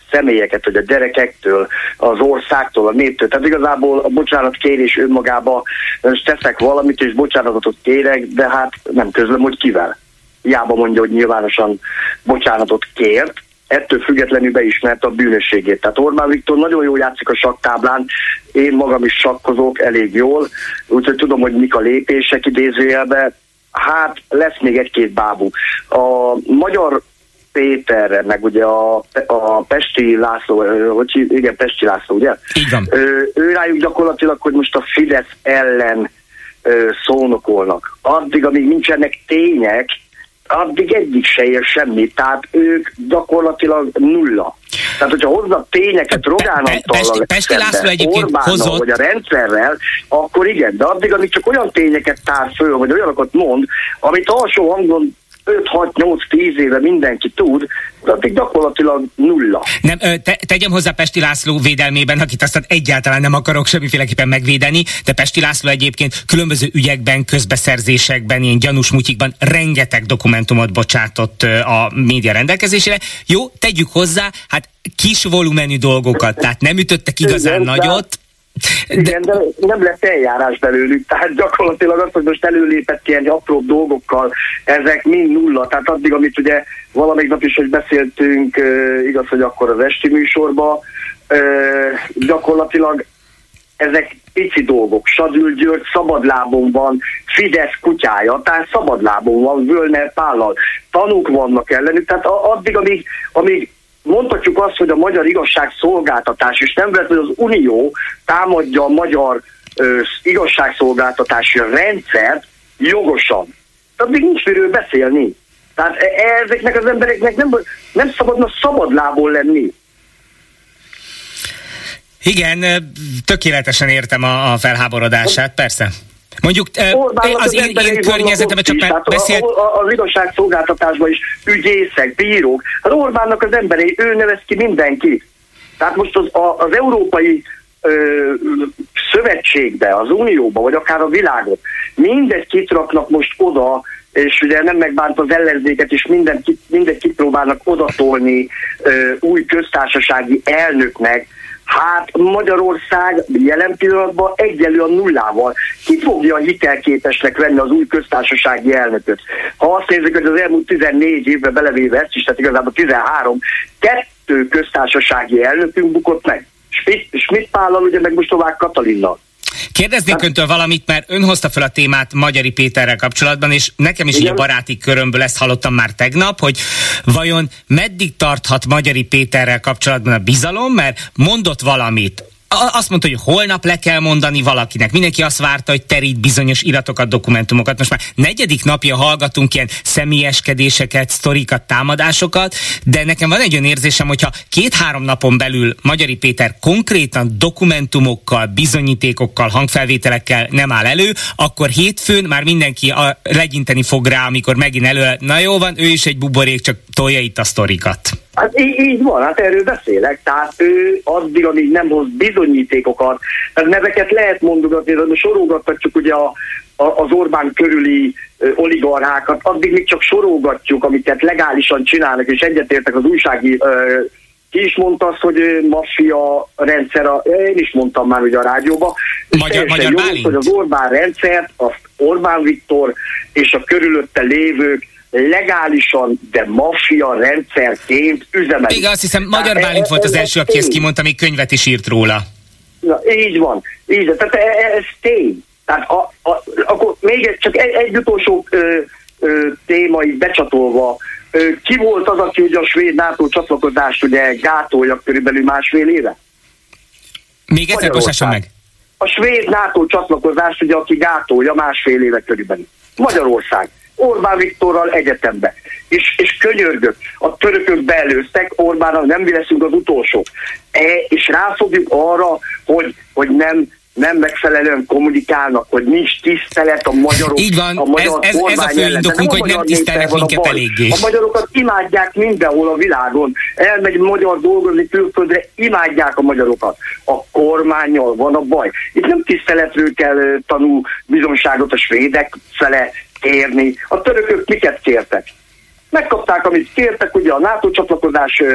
személyeket, hogy a gyerekektől, az országtól, a néptől. Tehát igazából a bocsánatkérés önmagába teszek valamit, és bocsánatot kérek, de hát nem közlöm, hogy kivel. Hiába mondja, hogy nyilvánosan bocsánatot kért, ettől függetlenül beismerte a bűnösségét. Tehát Orbán Viktor nagyon jól játszik a sakktáblán, én magam is sakkozok elég jól, úgyhogy tudom, hogy mik a lépések idézőjelben. Hát lesz még egy-két bábú. A Magyar Péterre, meg ugye a, a Pesti László, hogy igen, Pesti László, ugye? Így van. Ő, ő rájuk gyakorlatilag, hogy most a Fidesz ellen ö, szónokolnak. Addig, amíg nincsenek tények, addig egyik se ér semmit, tehát ők gyakorlatilag nulla. Tehát, hogyha hoznak tényeket Rogán Antallal, Pesti László egyébként Orbánnal, hozott, vagy a rendszerrel, akkor igen, de addig, amíg csak olyan tényeket tár föl, vagy olyanokat mond, amit alsó hangon öt hat nyolc tíz éve mindenki tud, de addig gyakorlatilag nulla. Nem, te, tegyem hozzá Pesti László védelmében, akit aztán egyáltalán nem akarok semmiféleképpen megvédeni, de Pesti László egyébként különböző ügyekben, közbeszerzésekben, ilyen gyanús mutyikban rengeteg dokumentumot bocsátott a média rendelkezésére. Jó, tegyük hozzá, hát kis volumenű dolgokat, tehát nem ütöttek igazán igen, nagyot. De... Igen, de nem lett eljárás belőlük, tehát gyakorlatilag az, hogy most előlépett ilyen apró dolgokkal, ezek mind nulla, tehát addig, amit ugye valamelyik nap is, hogy beszéltünk, igaz, hogy akkor az esti műsorban, gyakorlatilag ezek pici dolgok. Sadül György szabadlábon van, Fidesz kutyája, tehát szabadlábon van, Völner Pállal. Tanúk vannak ellenük, tehát addig, amíg, amíg mondhatjuk azt, hogy a magyar igazságszolgáltatás, és nem vett, hogy az Unió támadja a magyar ö, igazságszolgáltatási rendszert jogosan. Tehát még nincs miről beszélni. Tehát ezeknek az embereknek nem, nem szabadna szabadlából lenni. Igen, tökéletesen értem a, a felháborodását, persze. Mondjuk Orbánnak az, az én, én környezetemben csak már beszélt... Az igazságszolgáltatásban is ügyészek, bírók. Az Orbánnak az emberei, ő nevez ki mindenkit. Tehát most az, a, az európai ö, szövetségbe, az Unióba, vagy akár a világot, mindegy kitraknak most oda, és ugye nem megbánt az ellenzéket, és mindent, mindent kipróbálnak odatolni ö, új köztársasági elnöknek. Hát Magyarország jelen pillanatban egyenlő a nullával. Ki fogja hitelképesnek venni az új köztársasági elnököt? Ha azt nézzük, hogy az elmúlt tizennégy évben belevéve ezt is, tehát igazából tizenhárom, kettő köztársasági elnökünk bukott meg. Schmidt, Schmidt Pállal, ugye meg most Novák Katalinnal. Kérdeznék öntől valamit, mert ön hozta fel a témát Magyari Péterrel kapcsolatban, és nekem is így a baráti körömből ezt hallottam már tegnap, hogy vajon meddig tarthat Magyari Péterrel kapcsolatban a bizalom, mert mondott valamit. Azt mondta, hogy holnap le kell mondani valakinek. Mindenki azt várta, hogy terít bizonyos iratokat, dokumentumokat. Most már negyedik napja hallgatunk ilyen személyeskedéseket, sztorikat, támadásokat, de nekem van egy olyan érzésem, hogyha két-három napon belül Magyari Péter konkrétan dokumentumokkal, bizonyítékokkal, hangfelvételekkel nem áll elő, akkor hétfőn már mindenki a, legyinteni fog rá, amikor megint elő, na jó van, ő is egy buborék, csak tolja itt a sztorikat. Hát így, így van, hát erről beszélek, tehát ő addig, amíg nem hoz bizonyítékokat, tehát neveket lehet mondogatni, de sorolgatjuk ugye a, a, az Orbán körüli ö, oligarchákat, addig még csak sorolgatjuk, amiket legálisan csinálnak, és egyetértek az újsági, ö, ki is mondta azt, hogy maffia rendszer, a, én is mondtam már ugye a rádióban, Magyar, Magyar jó, hogy az Orbán rendszert, azt Orbán Viktor és a körülötte lévők legálisan, de maffia rendszerként üzemelik. Igen, azt hiszem, Magyar Bálint volt az első, aki ezt kimondta, még könyvet is írt róla. Na, így van. Így van. Tehát ez tény. Tehát a, a, akkor még egy, csak egy, egy utolsó ö, ö, téma így becsatolva. Ö, ki volt az, aki ugye a svéd NATO csatlakozást ugye gátolja körülbelül másfél éve? Még egyszer bocsásson meg. A svéd NATO csatlakozást ugye, aki gátolja másfél éve körülbelül. Magyarország. Orbán Viktorral egyetembe. És, és könyörgök, a törökök beelőztek, Orbánnal nem mi leszünk az utolsók. E, és ráfogjuk arra, hogy, hogy nem, nem megfelelően kommunikálnak, hogy nincs tisztelet a magyarok. Így van, a magyar ez, ez, ez a fő indokunk, hogy nem tisztelnek minket eléggé. A magyarokat imádják mindenhol a világon. Elmegy magyar dolgozni külföldre, imádják a magyarokat. A kormánnyal van a baj. Itt nem tiszteletről kell tanul bizonságot a svédek fele kérni. A törökök miket kértek? Megkapták, amit kértek, ugye a NATO csatlakozás ö,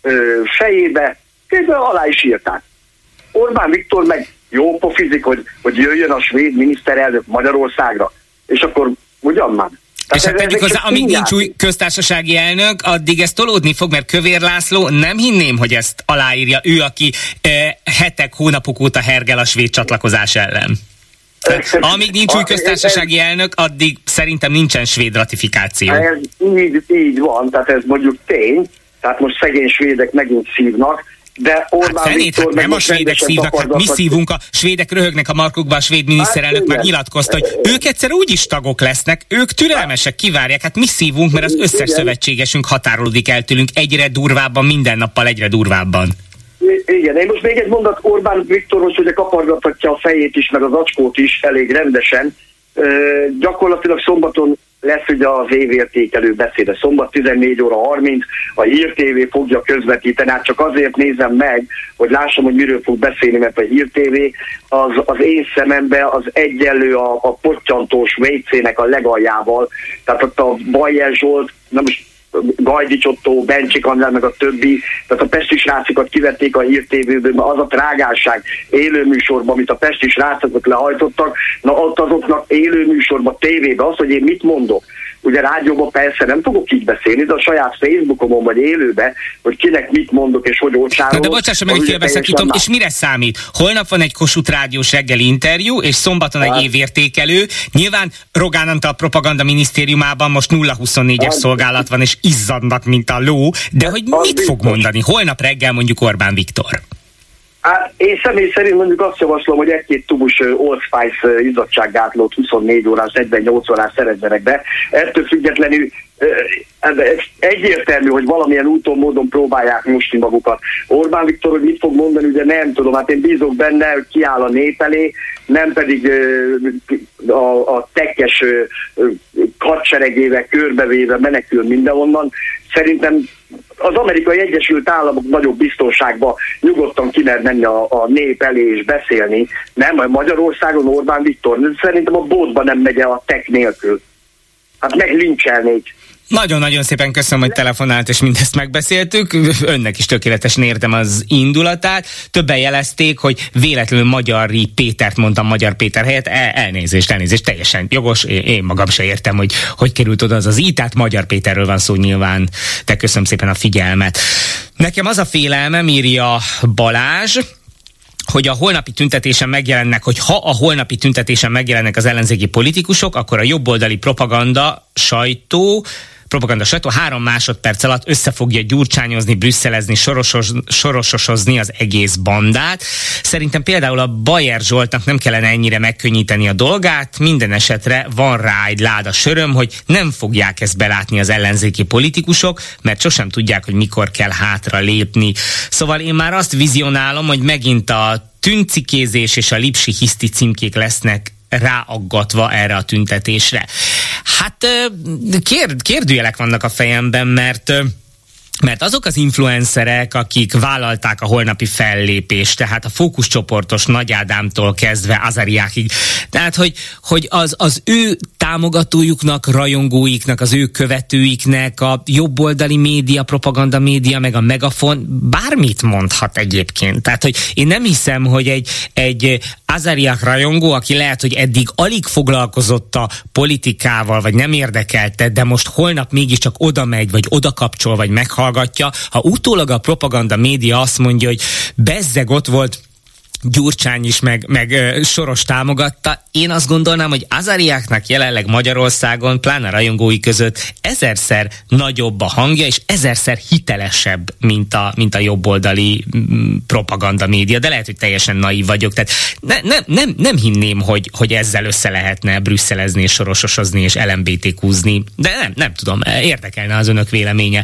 ö, fejébe, és alá is írták. Orbán Viktor meg jó pofizik, hogy, hogy jöjjön a svéd miniszterelnök Magyarországra, és akkor ugyan már. És hát tegyük hozzá, amíg nincs új köztársasági elnök, addig ez tolódni fog, mert Kövér László nem hinném, hogy ezt aláírja ő, aki eh, hetek, hónapok óta hergel a svéd csatlakozás ellen. Tehát, amíg nincs új köztársasági elnök, addig szerintem nincsen svéd ratifikáció. Ez így, így van, tehát ez mondjuk tény, tehát most szegény svédek megint szívnak, de Orbán hát fenét, hát nem a svédek szívnak, hát mi szívunk, a svédek röhögnek a markukba, a svéd miniszterelnök hát, már nyilatkozta, hogy ők egyszer úgyis tagok lesznek, ők türelmesek, kivárják, hát mi szívunk, mert az összes igen. szövetségesünk határolódik el tőlünk egyre durvábban, minden nappal egyre durvábban. Igen, én most még egy mondat Orbán Viktorhoz, hogy kapargathatja a fejét is, meg az acskót is elég rendesen. Ö, gyakorlatilag szombaton lesz ugye az évértékelő beszéde, szombat tizennégy óra harminc, a Hír té vé fogja közvetíteni, hát csak azért nézem meg, hogy lássam, hogy miről fog beszélni, mert a Hír té vé az, az én szememben az egyenlő a, a pottyantós vécének a legaljával, tehát ott a Bajer Zsolt, nem is Gajdics Ottó, Bencsik András, meg a többi, tehát a pesti srácokat kivették a Hír té véből, mert az a trágárság élőműsorban, amit a pesti srácokat lehajtottak, na ott azoknak élőműsorban, tévében az, hogy én mit mondok. Ugye rádióban persze nem fogok így beszélni, de a saját Facebookomon vagy élőbe, hogy kinek mit mondok és hogy ócsárolok. De bocsássa meg, hogy félbeszakítom, és mire számít? Holnap van egy Kossuth Rádiós reggeli interjú, és szombaton egy évértékelő. Nyilván Rogán Antal propaganda minisztériumában most nulla huszonnégyes szolgálat van, és izzadnak, mint a ló, de hogy mit fog mondani? Holnap reggel mondjuk Orbán Viktor. Hát én személy szerint mondjuk azt javaslom, hogy egy-két tubus Old Spice izzadsággátlót huszonnégy órás, negyvennyolc órás szerezzenek be. Ettől függetlenül egyértelmű, hogy valamilyen úton, módon próbálják mosni magukat. Orbán Viktor, hogy mit fog mondani, ugye nem tudom, hát én bízok benne, hogy kiáll a nép elé, nem pedig a, a tekkes hadseregével körbevéve menekül mindenhonnan. Szerintem az Amerikai Egyesült Államok nagyobb biztonságban nyugodtan ki mer menni a, a nép elé és beszélni. Nem, Magyarországon Orbán Viktor, szerintem a bótban nem megy el a tek nélkül. Hát meglincselnék. Nagyon-nagyon szépen köszönöm, hogy telefonált, és mindezt megbeszéltük. Önnek is tökéletesen értem az indulatát. Többen jelezték, hogy véletlenül Magyari Pétert mondtam Magyar Péter helyett. El, elnézést, elnézést, teljesen jogos. Én, én magam se értem, hogy hogy került oda az az i, tehát Magyar Péterről van szó nyilván. De köszönöm szépen a figyelmet. Nekem az a félelmem, írja Balázs, hogy a holnapi tüntetésen megjelennek, hogy ha a holnapi tüntetésen megjelennek az ellenzéki politikusok, akkor a jobboldali propaganda sajtó propaganda sajtó három másodperc alatt össze fogja gyurcsányozni, brüsszelezni, sorosos, sorososozni az egész bandát. Szerintem például a Bajer Zsoltnak nem kellene ennyire megkönnyíteni a dolgát, minden esetre van rá egy láda söröm, hogy nem fogják ezt belátni az ellenzéki politikusok, mert sosem tudják, hogy mikor kell hátra lépni. Szóval én már azt vizionálom, hogy megint a tüncikézés és a lipsi hiszti címkék lesznek ráaggatva erre a tüntetésre. Hát kér, kérdőjelek vannak a fejemben, mert mert azok az influencerek, akik vállalták a holnapi fellépést, tehát a fókuszcsoportos Nagy Ádámtól kezdve Azariákig, tehát hogy, hogy az, az ő támogatójuknak, rajongóiknak, az ő követőiknek a jobboldali média, propaganda média, meg a Megafon bármit mondhat egyébként. Tehát, hogy én nem hiszem, hogy egy, egy Azariák rajongó, aki lehet, hogy eddig alig foglalkozott a politikával, vagy nem érdekelte, de most holnap mégiscsak oda megy, vagy oda kapcsol, vagy meghallgatja, ha utólag a propaganda média azt mondja, hogy bezzeg ott volt Gyurcsány is, meg, meg ö, Soros támogatta, én azt gondolnám, hogy Azariáknak jelenleg Magyarországon, pláne rajongói között ezerszer nagyobb a hangja, és ezerszer hitelesebb, mint a, mint a jobboldali mm, propaganda média, de lehet, hogy teljesen naív vagyok, tehát ne, nem, nem, nem hinném, hogy, hogy ezzel össze lehetne brüsszelezni, és sorososozni, és el em bé té kúzni, de nem, nem tudom, érdekelne az önök véleménye.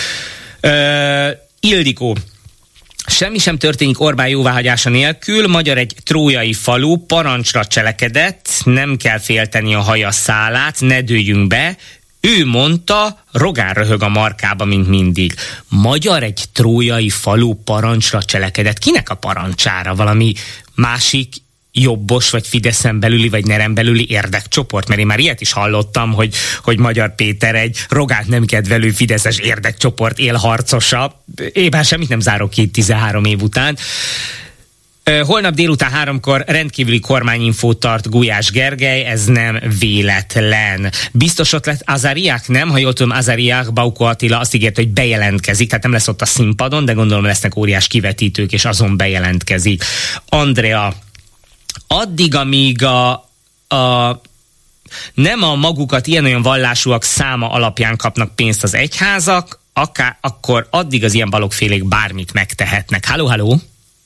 Ö, Ildikó: semmi sem történik Orbán jóváhagyása nélkül, Magyar egy trójai falu, parancsra cselekedett, nem kell félteni a haja szálát, ne dőljünk be. Ő mondta, Rogán röhög a markába, mint mindig. Magyar egy trójai falu, parancsra cselekedett. Kinek a parancsára? Valami másik jobbos, vagy Fideszen belüli, vagy Neren belüli érdekcsoport? Mert én már ilyet is hallottam, hogy, hogy Magyar Péter egy Rogát nem kedvelő fideszes érdekcsoport élharcosa. Én már semmit nem zárok ki tizenhárom év után. Holnap délután háromkor rendkívüli kormányinfót tart Gulyás Gergely, ez nem véletlen. Biztos ott lett Azariák, nem? Ha jól tudom, Azariák, Bauko Attila azt ígért, hogy bejelentkezik, tehát nem lesz ott a színpadon, de gondolom lesznek óriás kivetítők, és azon bejelentkezik. Andrea, addig, amíg a, a nem a magukat ilyen-olyan vallásúak száma alapján kapnak pénzt az egyházak, akár, akkor addig az ilyen balogfélék bármit megtehetnek. Halló, halló!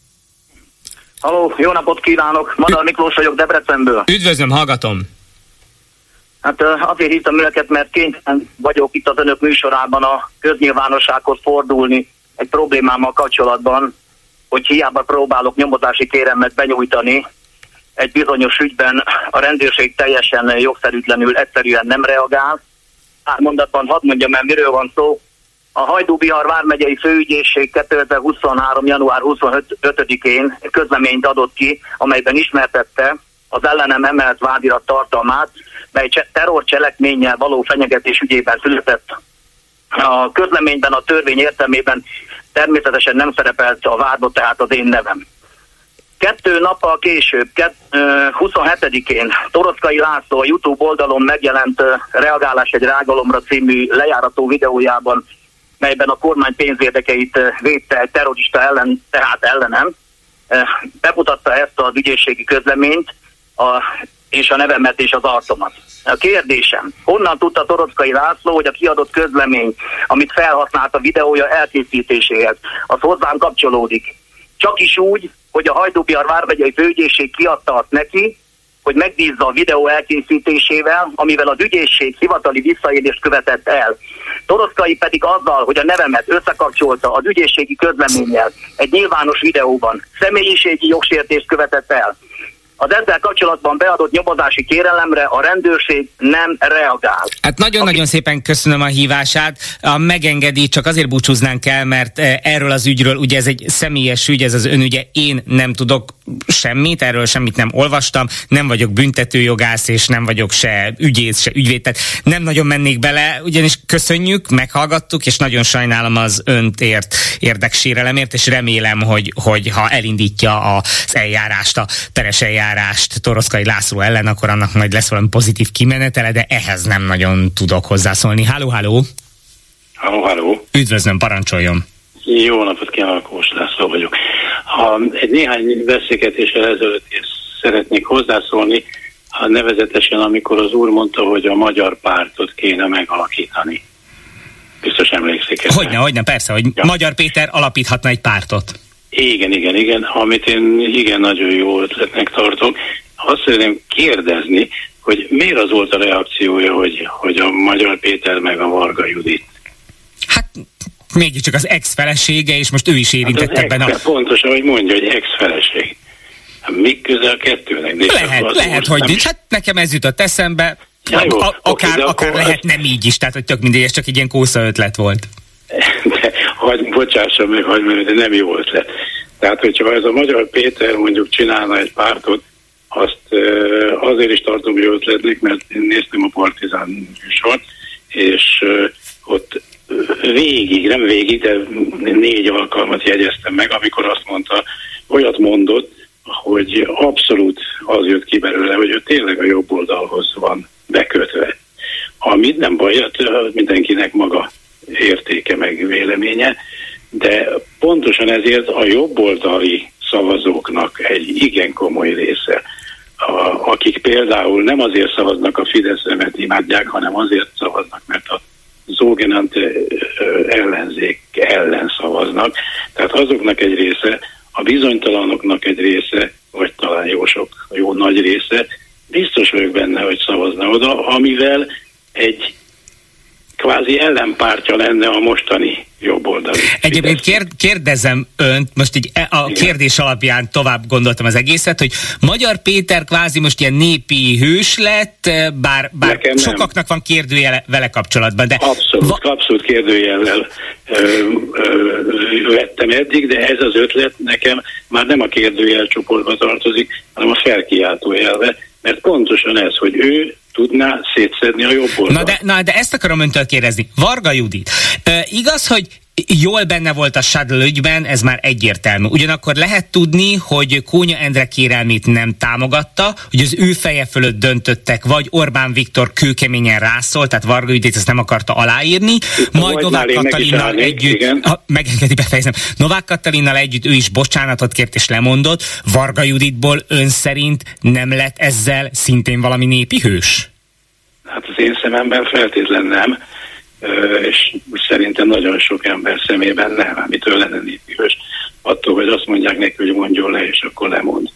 Halló, jó napot kívánok! Madar Miklós vagyok Debrecenből. Üdvözlöm, hallgatom! Hát azért hívtam önöket, mert kénytelen vagyok itt az önök műsorában a köznyilvánossághoz fordulni egy problémámmal kapcsolatban, hogy hiába próbálok nyomozási kérelmet benyújtani, egy bizonyos ügyben a rendőrség teljesen jogszerűtlenül, egyszerűen nem reagál. Pár mondatban hadd mondjam el, miről van szó. A Hajdú-Bihar vármegyei főügyészség kétezer-huszonhárom. január huszonötödikén közleményt adott ki, amelyben ismertette az ellenem emelt vádirat tartalmát, mely terrorcselekménnyel való fenyegetés ügyében született. A közleményben a törvény értelmében természetesen nem szerepelt a vádlott, tehát az én nevem. Kettő nappal később, huszonhetedikén Torockai László a YouTube oldalon megjelent Reagálás egy rágalomra című lejárató videójában, melyben a kormány pénzérdekeit védte egy terrorista ellen, tehát ellenem, bemutatta ezt az ügyészségi közleményt a, és a nevemet és az arcomat. A kérdésem, honnan tudta Torockai László, hogy a kiadott közlemény, amit felhasznált a videója elkészítéséhez, az hozzám kapcsolódik? Csak is úgy, hogy a Hajdú-Bihar vármegyei főügyészség kiadta azt neki, hogy megbízza a videó elkészítésével, amivel az ügyészség hivatali visszaélést követett el. Torockai pedig azzal, hogy a nevemet összekapcsolta az ügyészségi közleménnyel egy nyilvános videóban, személyiségi jogsértést követett el. Az ezzel kapcsolatban beadott nyomozási kérelemre a rendőrség nem reagál. Hát nagyon-nagyon Aki... szépen köszönöm a hívását. A megengedi, csak azért búcsúznánk el, mert erről az ügyről, ugye ez egy személyes ügy, ez az önügye, én nem tudok semmit, erről semmit nem olvastam, nem vagyok büntetőjogász, és nem vagyok se ügyész, se ügyvéd, tehát nem nagyon mennék bele, ugyanis köszönjük, meghallgattuk, és nagyon sajnálom az önt ért érdeksérelemért, és remélem, hogy, hogy ha elindítja az eljárást, a peres eljárást, Torockai László ellen, akkor annak majd lesz valami pozitív kimenetele, de ehhez nem nagyon tudok hozzászólni. Háló, háló! Háló, háló! Üdvözlöm, parancsoljon! Jó napot kívánok, Kós László vagyok. Ha egy néhány beszélgetéssel ezelőtt szeretnék hozzászólni, ha nevezetesen, amikor az úr mondta, hogy a magyar pártot kéne megalakítani. Biztos emlékszik erre. Hogyne, hogyne, persze, hogy ja. Magyar Péter alapíthatna egy pártot. Igen, igen, igen, amit én igen nagyon jó ötletnek tartok. Azt szeretném kérdezni, hogy miért az volt a reakciója, hogy, hogy a Magyar Péter meg a Varga Judit? Hát mégiscsak az ex-felesége, és most ő is érintett hát ebben a... Pontosan, hogy mondja, hogy ex-feleség. Hát mi közel a kettőnek? De lehet, lehet, hogy nincs. Hát nekem ez jutott eszembe. Ja, jó, a, akár okay, akár lehet nem így is, tehát hogy tök mindegy, ez csak egy ilyen kósza ötlet volt. De hagy, bocsássam meg, hagy meg, de nem jó ötlet. Tehát, hogyha ez a Magyar Péter mondjuk csinálna egy pártot, azt azért is tartom jó ötletnek, mert én néztem a Partizán műsort, és ott végig, nem végig, de négy alkalmat jegyeztem meg, amikor azt mondta, olyat mondott, hogy abszolút az jött ki belőle, hogy ő tényleg a jobb oldalhoz van bekötve. Amit nem baj, mindenkinek maga értéke meg véleménye, de pontosan ezért a jobboldali szavazóknak egy igen komoly része, a, akik például nem azért szavaznak a Fideszre, mert imádják, hanem azért szavaznak, mert a Zogenante ellenzék ellen szavaznak. Tehát azoknak egy része, a bizonytalanoknak egy része, vagy talán jó sok, jó nagy része, biztos vagyok benne, hogy szavazna oda, amivel egy kvázi ellenpártja lenne a mostani jobboldali. Egyébként kér, kérdezem önt, most így a kérdés alapján tovább gondoltam az egészet, hogy Magyar Péter kvázi most ilyen népi hős lett, bár, bár sokaknak van kérdőjele vele kapcsolatban. De abszolút, va- abszolút kérdőjellel ö, ö, vettem eddig, de ez az ötlet nekem már nem a kérdőjel csoportba tartozik, hanem a felkiáltó jelve, mert pontosan ez, hogy ő tudná szétszedni a jobb oldalt. Na de, na de ezt akarom öntől kérdezni. Varga Judit, e, igaz, hogy jól benne volt a Shuttle ügyben, ez már egyértelmű. Ugyanakkor lehet tudni, hogy Kónya Endre kérelmét nem támogatta, hogy az ő feje fölött döntöttek, vagy Orbán Viktor kőkeményen rászólt, tehát Varga Judit ezt nem akarta aláírni, itt majd Novák Katalinnal együtt, ha, megengedi, befejezem, Novák Katalinnal együtt ő is bocsánatot kért és lemondott. Varga Juditból ön szerint nem lett ezzel szintén valami népi hős? Hát az én szememben feltétlen nem. És úgy szerintem nagyon sok ember szemében nem, amitől lenne népi hős, attól, hogy azt mondják neki, hogy mondjon le, és akkor lemond.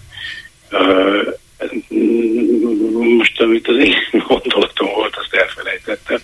Most, amit az én gondolatom volt, azt elfelejtettem.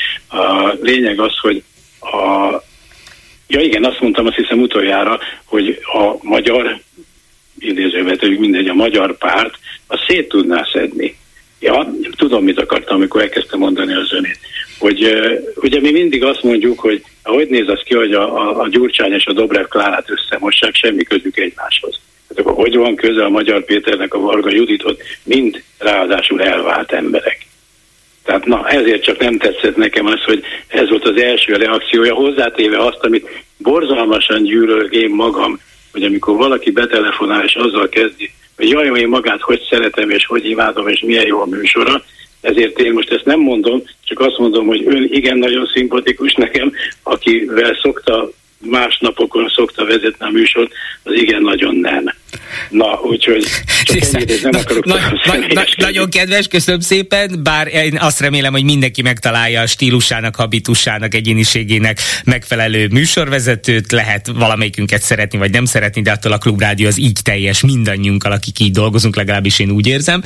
A lényeg az, hogy a... Ja igen, azt mondtam, azt hiszem utoljára, hogy a magyar, idézővetőjük mindegy, a magyar párt, azt szét tudná szedni. Ja, tudom, mit akartam, amikor elkezdtem mondani az önét. Hogy uh, ugye mi mindig azt mondjuk, hogy ahogy néz az ki, hogy a, a, a Gyurcsány és a Dobrev Klárát összemossák, semmi közük egymáshoz. Tehát akkor hogy van köze a Magyar Péternek a Varga Juditot, mind ráadásul elvált emberek. Tehát na, ezért csak nem tetszett nekem az, hogy ez volt az első reakciója, hozzátéve azt, amit borzalmasan gyűlölök én magam, hogy amikor valaki betelefonál és azzal kezdi, hogy jaj, én magát hogy szeretem, és hogy imádom, és milyen jó a műsora, ezért én most ezt nem mondom, csak azt mondom, hogy ön igen nagyon szimpatikus nekem, akivel szokta, más napokon szokta vezetni a műsort, az igen nagyon nem. Na, úgyhogy csak ennyit, nem akarok na, na, na, nagyon kedves, köszönöm szépen, bár én azt remélem, hogy mindenki megtalálja a stílusának, habitusának, egyéniségének megfelelő műsorvezetőt, lehet valamelyikünket szeretni, vagy nem szeretni, de attól a Klubrádió az így teljes mindannyiunkkal, akik így dolgozunk, legalábbis én úgy érzem.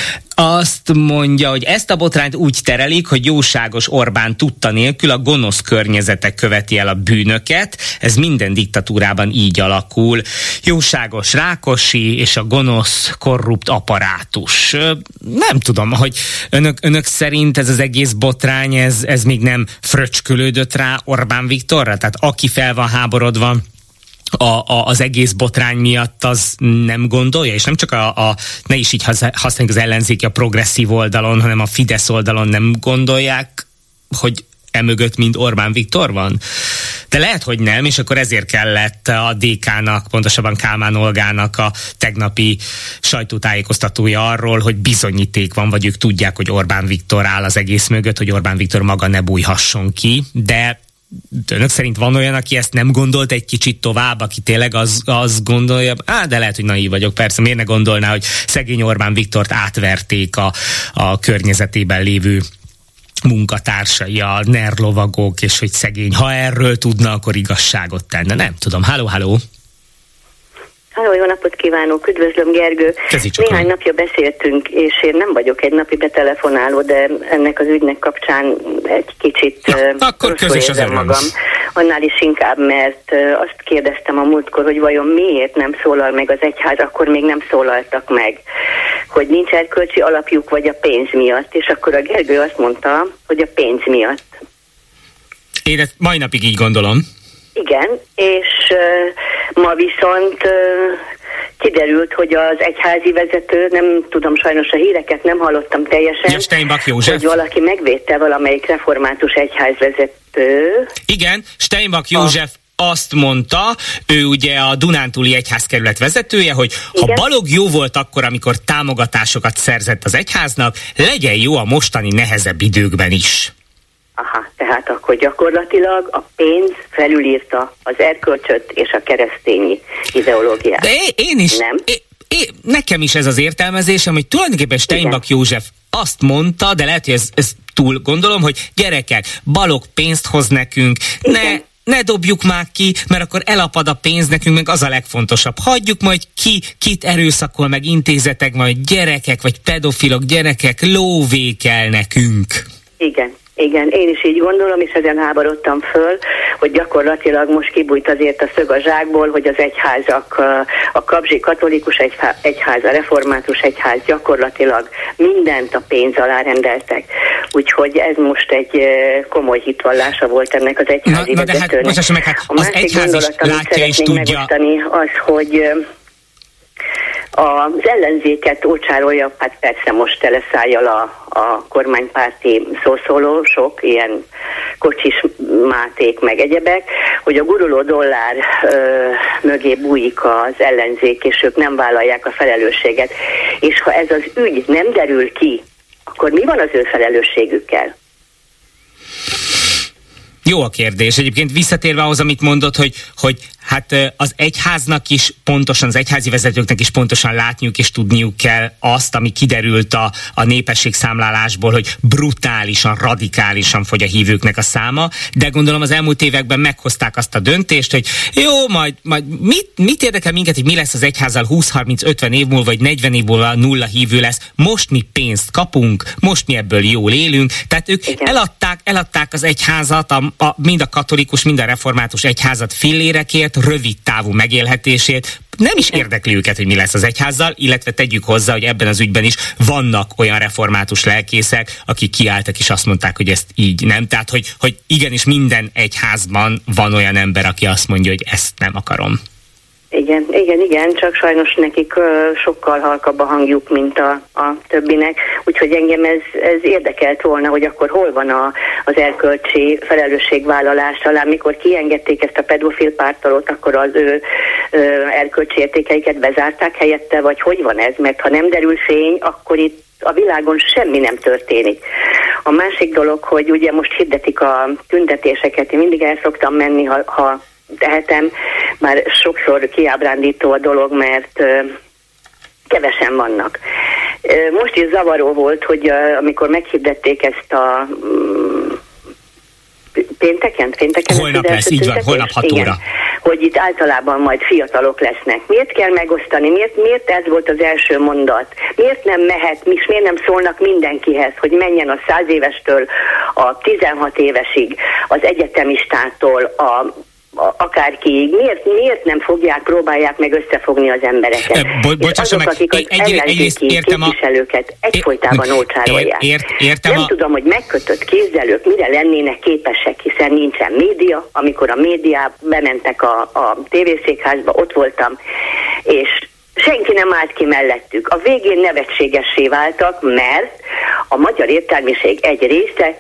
Azt mondja, hogy ezt a botrányt úgy terelik, hogy jóságos Orbán tudta nélkül a gonosz környezetek követi el a bűnöket. Ez minden diktatúrában így alakul. Jóságos Rákosi és a gonosz korrupt apparátus. Nem tudom, hogy önök, önök szerint ez az egész botrány, ez, ez még nem fröcskölődött rá Orbán Viktorra? Tehát aki fel van háborodva A, a, az egész botrány miatt, az nem gondolja, és nem csak a, a ne is így használjuk az ellenzéki a progresszív oldalon, hanem a Fidesz oldalon nem gondolják, hogy emögött mind Orbán Viktor van? De lehet, hogy nem, és akkor ezért kellett a dé ká-nak, pontosabban Kálmán Olgának a tegnapi sajtótájékoztatója arról, hogy bizonyíték van, vagy ők tudják, hogy Orbán Viktor áll az egész mögött, hogy Orbán Viktor maga ne bújhasson ki, de önök szerint van olyan, aki ezt nem gondolt egy kicsit tovább, aki tényleg az, az gondolja, á, de lehet, hogy naív vagyok, persze, miért ne gondolná, hogy szegény Orbán Viktort átverték a, a környezetében lévő munkatársai, a NER lovagok, és hogy szegény, ha erről tudna, akkor igazságot tenne. Nem tudom. Halló, halló! Halló, jó napot kívánok, üdvözlöm Gergő. Néhány napja beszéltünk, és én nem vagyok egy napi betelefonáló, de ennek az ügynek kapcsán egy kicsit Na, akkor közös az magam. Annál is inkább, mert azt kérdeztem a múltkor, hogy vajon miért nem szólal meg az egyház, akkor még nem szólaltak meg, hogy nincs erkölcsi alapjuk, vagy a pénz miatt, és akkor a Gergő azt mondta, hogy a pénz miatt. Én ezt mai napig így gondolom. Igen, és uh, ma viszont uh, kiderült, hogy az egyházi vezető, nem tudom, sajnos a híreket nem hallottam teljesen, ja, Steinbach József. Hogy valaki megvédte valamelyik református egyházvezető. Igen, Steinbach József a... azt mondta, ő ugye a Dunántúli egyházkerület vezetője, hogy igen? Ha Balogh jó volt akkor, amikor támogatásokat szerzett az egyháznak, legyen jó a mostani nehezebb időkben is. Aha, tehát akkor gyakorlatilag a pénz felülírta az erkölcsöt és a keresztényi ideológiát. De én, én is, nem? Én, én, nekem is ez az értelmezésem, hogy tulajdonképpen Steinbach József azt mondta, de lehet, hogy ez, ez túl gondolom, hogy gyerekek, Balogh pénzt hoz nekünk, igen. ne... Ne dobjuk már ki, mert akkor elapad a pénz nekünk, meg az a legfontosabb. Hagyjuk majd ki, kit erőszakol meg intézetek, majd gyerekek, vagy pedofilok, gyerekek lóvékel nekünk. Igen, Igen, én is így gondolom, és ezen háborodtam föl, hogy gyakorlatilag most kibújt azért a szög a zsákból, hogy az egyházak, a kabzsi katolikus egyház, a református egyház gyakorlatilag mindent a pénz alá rendeltek. Úgyhogy ez most egy komoly hitvallása volt ennek az egyházi na, na de hát, bocsáss meg, hát a másik gondolat, amit szeretnénk megosztani, az, hogy az ellenzéket ócsárolja, hát persze most teleszájjal a, a kormánypárti szószóló, sok ilyen Kocsis Máték meg egyebek, hogy a guruló dollár ö, mögé bújik az ellenzék, és ők nem vállalják a felelősséget. És ha ez az ügy nem derül ki, akkor mi van az ő felelősségükkel? Jó a kérdés. Egyébként visszatérve ahhoz, amit mondott, hogy, hogy hát az egyháznak is pontosan, az egyházi vezetőknek is pontosan látniuk és tudniuk kell azt, ami kiderült a, a népességszámlálásból, hogy brutálisan, radikálisan fogy a hívőknek a száma, de gondolom az elmúlt években meghozták azt a döntést, hogy jó, majd, majd mit, mit érdekel minket, hogy mi lesz az egyházzal húsz harminc ötven év múlva, vagy negyven év múlva nulla hívő lesz, most mi pénzt kapunk, most mi ebből jól élünk, tehát ők eladták, eladták az egyházat, a, a, mind a katolikus, mind a református egyházat fillérekért, rövid távú megélhetését, nem is érdekli őket, hogy mi lesz az egyházzal, illetve tegyük hozzá, hogy ebben az ügyben is vannak olyan református lelkészek, akik kiálltak és azt mondták, hogy ezt így nem. Tehát, hogy, hogy igenis minden egyházban van olyan ember, aki azt mondja, hogy ezt nem akarom. Igen, igen, igen, csak sajnos nekik uh, sokkal halkabb a hangjuk, mint a, a többinek, úgyhogy engem ez, ez érdekelt volna, hogy akkor hol van a, az erkölcsi felelősségvállalás. Talán mikor kiengedték ezt a pedofil pártolót, akkor az ő uh, erkölcsi értékeiket bezárták helyette, vagy hogy van ez? Mert ha nem derül fény, akkor itt a világon semmi nem történik. A másik dolog, hogy ugye most hirdetik a tüntetéseket, én mindig el szoktam menni, ha, ha tehetem, már sokszor kiábrándító a dolog, mert ö, kevesen vannak. Ö, most is zavaró volt, hogy ö, amikor meghirdették ezt a mm, pénteken, pénteken holnap lesz, így van, holnap hat óra. Igen, hogy itt általában majd fiatalok lesznek. Miért kell megosztani? Miért, miért ez volt az első mondat? Miért nem mehet, és miért nem szólnak mindenkihez, hogy menjen a száz évestől a tizenhat évesig, az egyetemistától a akárkiig, miért, miért nem fogják, próbálják meg összefogni az embereket? Bo- és azok, meg, akik az egy, ellenzéki képviselőket a... egyfolytában ócsárolják. Ért, értem nem a... tudom, hogy megkötött kézzelők mire lennének képesek, hiszen nincsen média. Amikor a médiá bementek a, a tévészékházba, ott voltam, és senki nem állt ki mellettük. A végén nevetségessé váltak, mert a magyar értelmiség egy része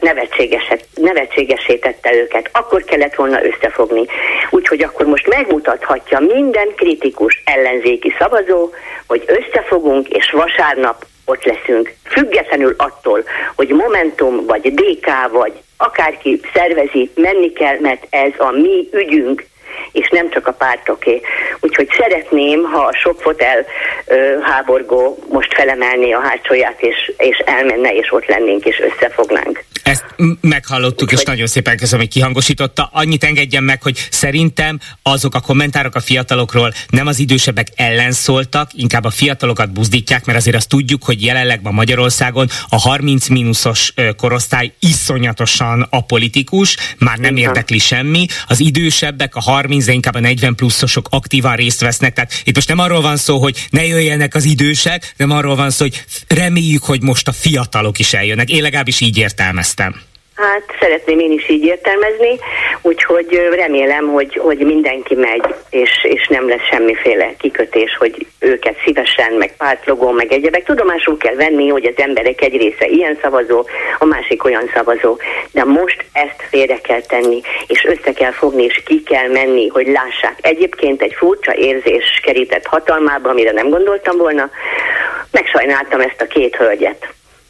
nevetségesé tette őket. Akkor kellett volna összefogni. Úgyhogy akkor most megmutathatja minden kritikus ellenzéki szavazó, hogy összefogunk, és vasárnap ott leszünk. Függetlenül attól, hogy Momentum, vagy dé ká, vagy akárki szervezi, menni kell, mert ez a mi ügyünk, és nem csak a pártoké. Úgyhogy szeretném, ha a sok fotel ö, háborgó most felemelné a hátsóját, és, és elmenne, és ott lennénk, és összefognánk. Ezt meghallottuk, Úgyhogy... és nagyon szépen köszönöm, hogy kihangosította. Annyit engedjen meg, hogy szerintem azok a kommentárok a fiatalokról nem az idősebbek ellen szóltak, inkább a fiatalokat buzdítják, mert azért azt tudjuk, hogy jelenleg ma Magyarországon a harminc mínuszos korosztály iszonyatosan apolitikus, már nem érdekli semmi. Az idősebbek, a harminc, de inkább a negyven pluszosok aktívan részt vesznek. Tehát itt most nem arról van szó, hogy ne jöjjenek az idősek, nem arról van szó, hogy reméljük, hogy most a fiatalok is eljönnek. Én legalábbis így értelmeztem. Hát szeretném én is így értelmezni, úgyhogy remélem, hogy, hogy mindenki megy, és, és nem lesz semmiféle kikötés, hogy őket szívesen, meg pártlogó, meg egyebek. Tudomásul kell venni, hogy az emberek egy része ilyen szavazó, a másik olyan szavazó. De most ezt félre kell tenni, és össze kell fogni, és ki kell menni, hogy lássák. Egyébként egy furcsa érzés kerített hatalmába, amire nem gondoltam volna. Megsajnáltam ezt a két hölgyet.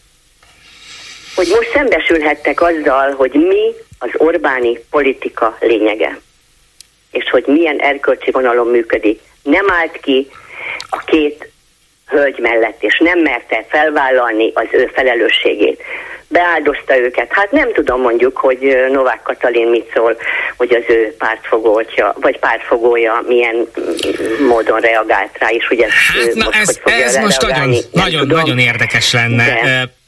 Hogy most szembesülhettek azzal, hogy mi az Orbáni politika lényege, és hogy milyen erkölcsi vonalon működik. Nem állt ki a két hölgy mellett, és nem merte felvállalni az ő felelősségét. Beáldozta őket. Hát nem tudom mondjuk, hogy Novák Katalin mit szól, hogy az ő pártfogója, vagy pártfogója milyen módon reagált rá, és hogy ez hát, na most ez, hogy fogja ez most nagyon, nagyon, nagyon érdekes lenne. De...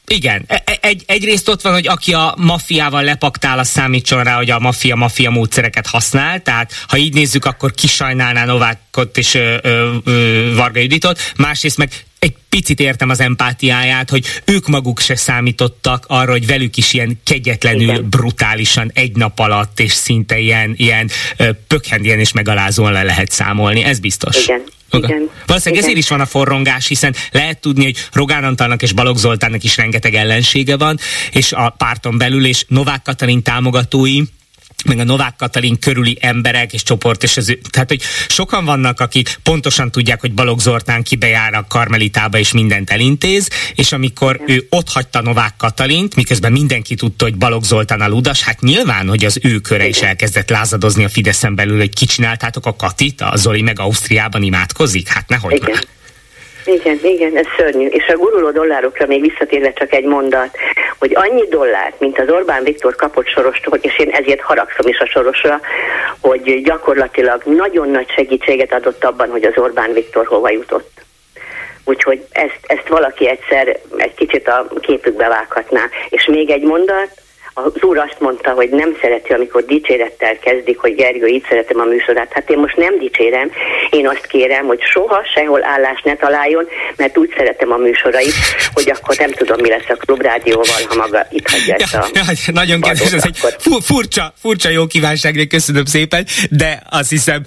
Igen, egy, egyrészt ott van, hogy aki a maffiával lepaktál, az számítson rá, hogy a maffia maffia módszereket használ, tehát ha így nézzük, akkor ki sajnálná Novákot és ö, ö, ö, Varga Juditot, másrészt meg egy picit értem az empátiáját, hogy ők maguk se számítottak arra, hogy velük is ilyen kegyetlenül, igen, brutálisan egy nap alatt, és szinte ilyen, ilyen pökhendien és megalázóan le lehet számolni, ez biztos. Igen. Igen. Valószínűleg Igen. ezért is van a forrongás, hiszen lehet tudni, hogy Rogán Antalnak és Balogh Zoltánnak is rengeteg ellensége van, és a párton belül, és Novák Katalin támogatói, meg a Novák Katalin körüli emberek és csoport, és az, tehát, hogy sokan vannak, akik pontosan tudják, hogy Balogh Zoltán kibejár a Karmelitába és mindent elintéz, és amikor igen, ő ott hagyta Novák Katalint, miközben mindenki tudta, hogy Balogh Zoltán a ludas, hát nyilván, hogy az ő köre is elkezdett lázadozni a Fideszen belül, hogy kicsináltátok a Katit, a Zoli meg Ausztriában imádkozik, hát nehogy igen. már. Igen, igen, ez szörnyű. És a guruló dollárokra még visszatérve csak egy mondat, hogy annyi dollárt, mint az Orbán Viktor kapott Sorostól, és én ezért haragszom is a Sorosra, hogy gyakorlatilag nagyon nagy segítséget adott abban, hogy az Orbán Viktor hova jutott. Úgyhogy ezt, ezt valaki egyszer egy kicsit a képükbe vághatná. És még egy mondat, az úr azt mondta, hogy nem szereti, amikor dicsérettel kezdik, hogy Gergő, így szeretem a műsorát. Hát én most nem dicsérem, én azt kérem, hogy soha sehol állást ne találjon, mert úgy szeretem a műsorait, hogy akkor nem tudom, mi lesz a Klubrádióval, ha maga itt hagyja ezt a... Ja, ja, nagyon kedves, ez egy furcsa, furcsa jó kívánság, köszönöm szépen, de azt hiszem,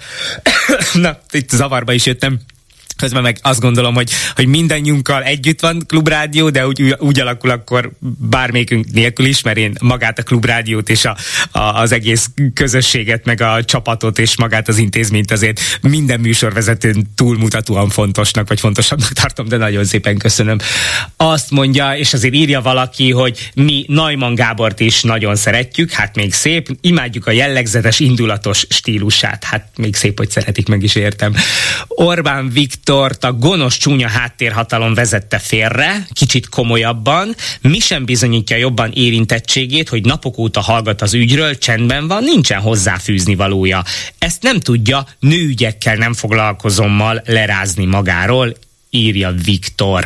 na, itt zavarba is jöttem. Közben meg azt gondolom, hogy, hogy mindannyiunkkal együtt van Klubrádió, de úgy, úgy alakul akkor bármelyikünk nélkül is, mert én magát a Klubrádiót és a, a, az egész közösséget, meg a csapatot és magát az intézményt azért minden műsorvezetőn túlmutatóan fontosnak, vagy fontosabbnak tartom, de nagyon szépen köszönöm. Azt mondja, és azért írja valaki, hogy mi Neumann Gábort is nagyon szeretjük, hát még szép, imádjuk a jellegzetes, indulatos stílusát, hát még szép, hogy szeretik, meg is értem. Orbán Viktor a gonosz csúnya háttérhatalom vezette félre, kicsit komolyabban, mi sem bizonyítja jobban érintettségét, hogy napok óta hallgat az ügyről, csendben van, nincsen hozzáfűzni valója. Ezt nem tudja nőügyekkel nem foglalkozommal lerázni magáról, írja Viktor.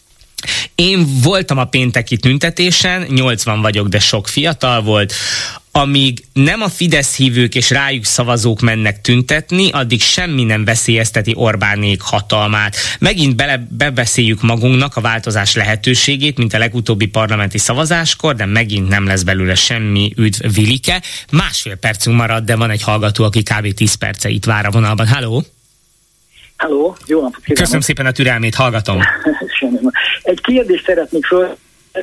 Én voltam a pénteki tüntetésen, nyolcvan vagyok, de sok fiatal volt. Amíg nem a Fidesz hívők és rájuk szavazók mennek tüntetni, addig semmi nem veszélyezteti Orbánék hatalmát. Megint bele, bebeszéljük magunknak a változás lehetőségét, mint a legutóbbi parlamenti szavazáskor, de megint nem lesz belőle semmi. Üdv, Vilike. Másfél percünk marad, de van egy hallgató, aki kb. tíz perce itt vár a vonalban. Halló! Halló, jó napot kívánok! Köszönöm szépen a türelmét, hallgatom. Egy kérdést szeretnék föl.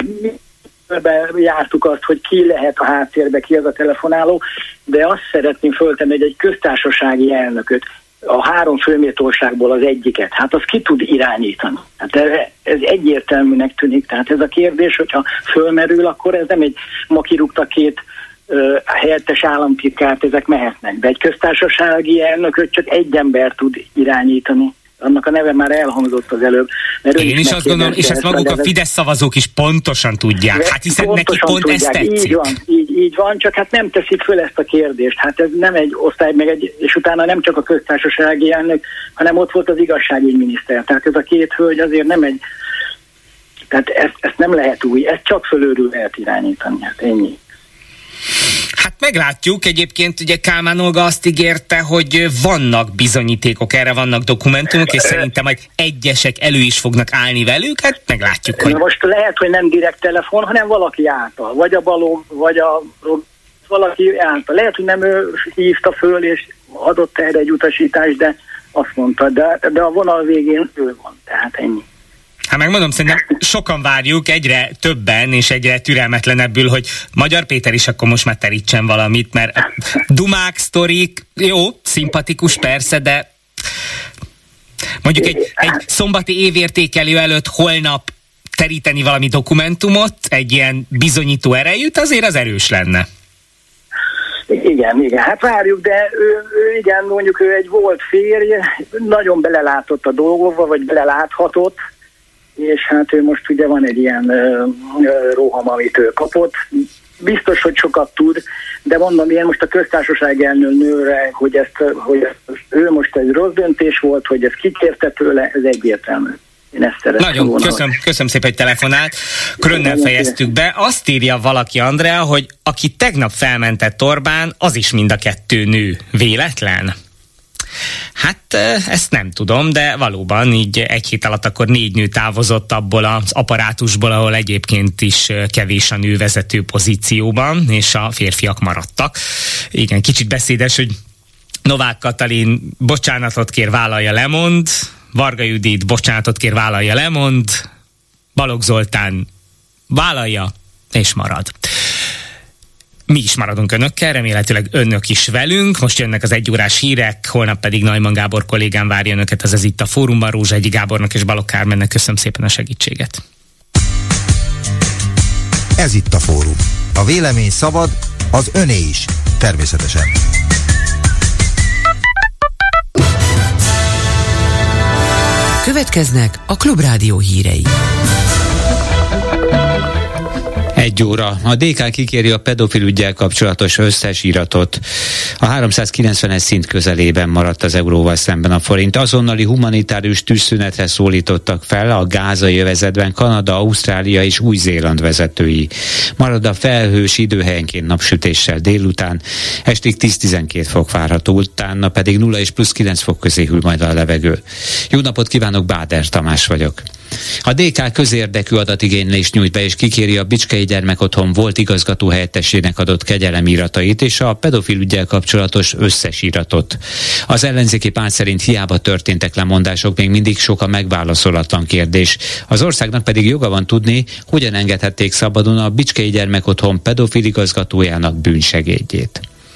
Jártuk azt, hogy ki lehet a háttérbe, ki az a telefonáló, de azt szeretném föltenni, hogy egy köztársasági elnököt, a három főméltóságból az egyiket, hát az ki tud irányítani. Hát ez egyértelműnek tűnik, tehát ez a kérdés, hogyha fölmerül, akkor ez nem egy ma kirúgta két uh, helyettes államtitkárt, ezek mehetnek, de egy köztársasági elnököt csak egy ember tud irányítani. Annak a neve már elhangzott az előbb. Én is, is azt gondolom, és ezt maguk a Fidesz szavazók is pontosan tudják. Hát hiszen neki pont tudják. Ez tetszik. Így van, így, így van, csak hát nem teszik föl ezt a kérdést. Hát ez nem egy osztály, meg egy, és utána nem csak a köztársasági elnök, hanem ott volt az igazságügyminiszter. Tehát ez a két hölgy azért nem egy, tehát ezt, ezt nem lehet új, ezt csak fölőről lehet irányítani. Hát ennyi. Hát meglátjuk, egyébként ugye Kálmán Olga azt ígérte, hogy vannak bizonyítékok, erre vannak dokumentumok, és szerintem majd egyesek elő is fognak állni velük, hát meglátjuk, hogy... Most lehet, hogy nem direkt telefon, hanem valaki által, vagy a Balogh, vagy a valaki által. Lehet, hogy nem ő hívta föl, és adott erre egy utasítást, de azt mondta, de, de a vonal végén ő van, tehát ennyi. Hát megmondom, szerintem sokan várjuk, egyre többen és egyre türelmetlenebbül, hogy Magyar Péter is akkor most már terítsen valamit, mert dumák, sztorik, jó, szimpatikus persze, de mondjuk egy, egy szombati évértékelő előtt holnap teríteni valami dokumentumot, egy ilyen bizonyító erejűt, azért az erős lenne. Igen, igen, hát várjuk, de ő, ő igen, mondjuk ő egy volt férj, nagyon belelátott a dolgokba, vagy beleláthatott, és hát ő most ugye van egy ilyen uh, uh, roham, amit ő kapott. Biztos, hogy sokat tud, de mondom, én most a köztársaság elnőre, hogy, ezt, hogy ezt, ő most egy rossz döntés volt, hogy ezt kikérte tőle, ez egyértelmű. Én ezt szeretném Nagyon volna, köszönöm, hogy... köszönöm szépen, hogy telefonált. Krönnel fejeztük be. Azt írja valaki, Andrea, hogy aki tegnap felmentett Orbán, az is mind a kettő nő. Véletlen? Hát ezt nem tudom, de valóban így egy hét alatt akkor négy nő távozott abból az apparátusból, ahol egyébként is kevés a nő vezető pozícióban, és a férfiak maradtak. Igen, kicsit beszédes, hogy Novák Katalin bocsánatot kér, vállalja, lemond, Varga Judit bocsánatot kér, vállalja, lemond, Balogh Zoltán vállalja, és marad. Mi is maradunk önökkel, remélhetőleg önök is velünk. Most jönnek az egyórás hírek, holnap pedig Neumann Gábor kollégám várja önöket, ez az itt a fórumban. Rózsahegyi Gábornak és Balogh Kármennek köszönöm szépen a segítséget. Ez itt a fórum. A vélemény szabad, az öné is, természetesen. Következnek a Klubrádió hírei. Egy óra. A dé ká kikéri a pedofil üggyel kapcsolatos összes iratot. A háromszázkilencvenes szint közelében maradt az euróval szemben a forint. Azonnali humanitárius tűzszünetre szólítottak fel a gázai övezetben Kanada, Ausztrália és Új-Zéland vezetői. Marad a felhős idő, helyenként napsütéssel délután. Estig tíz-tizenkét fok várható, utána pedig nulla és plusz kilenc fok közé hűl majd a levegő. Jó napot kívánok, Báder Tamás vagyok. A dé ká közérdekű adatigénylést nyújt be és kikéri a Bicskei Gyermekotthon volt igazgató helyettessének adott kegyelemiratait és a pedofil üggyel kapcsolatos összes iratot. Az ellenzéki párt szerint hiába történtek lemondások, még mindig sok a megválaszolatlan kérdés. Az országnak pedig joga van tudni, hogyan engedhették szabadon a Bicskei Gyermekotthon pedofil igazgatójának bűnsegédjét.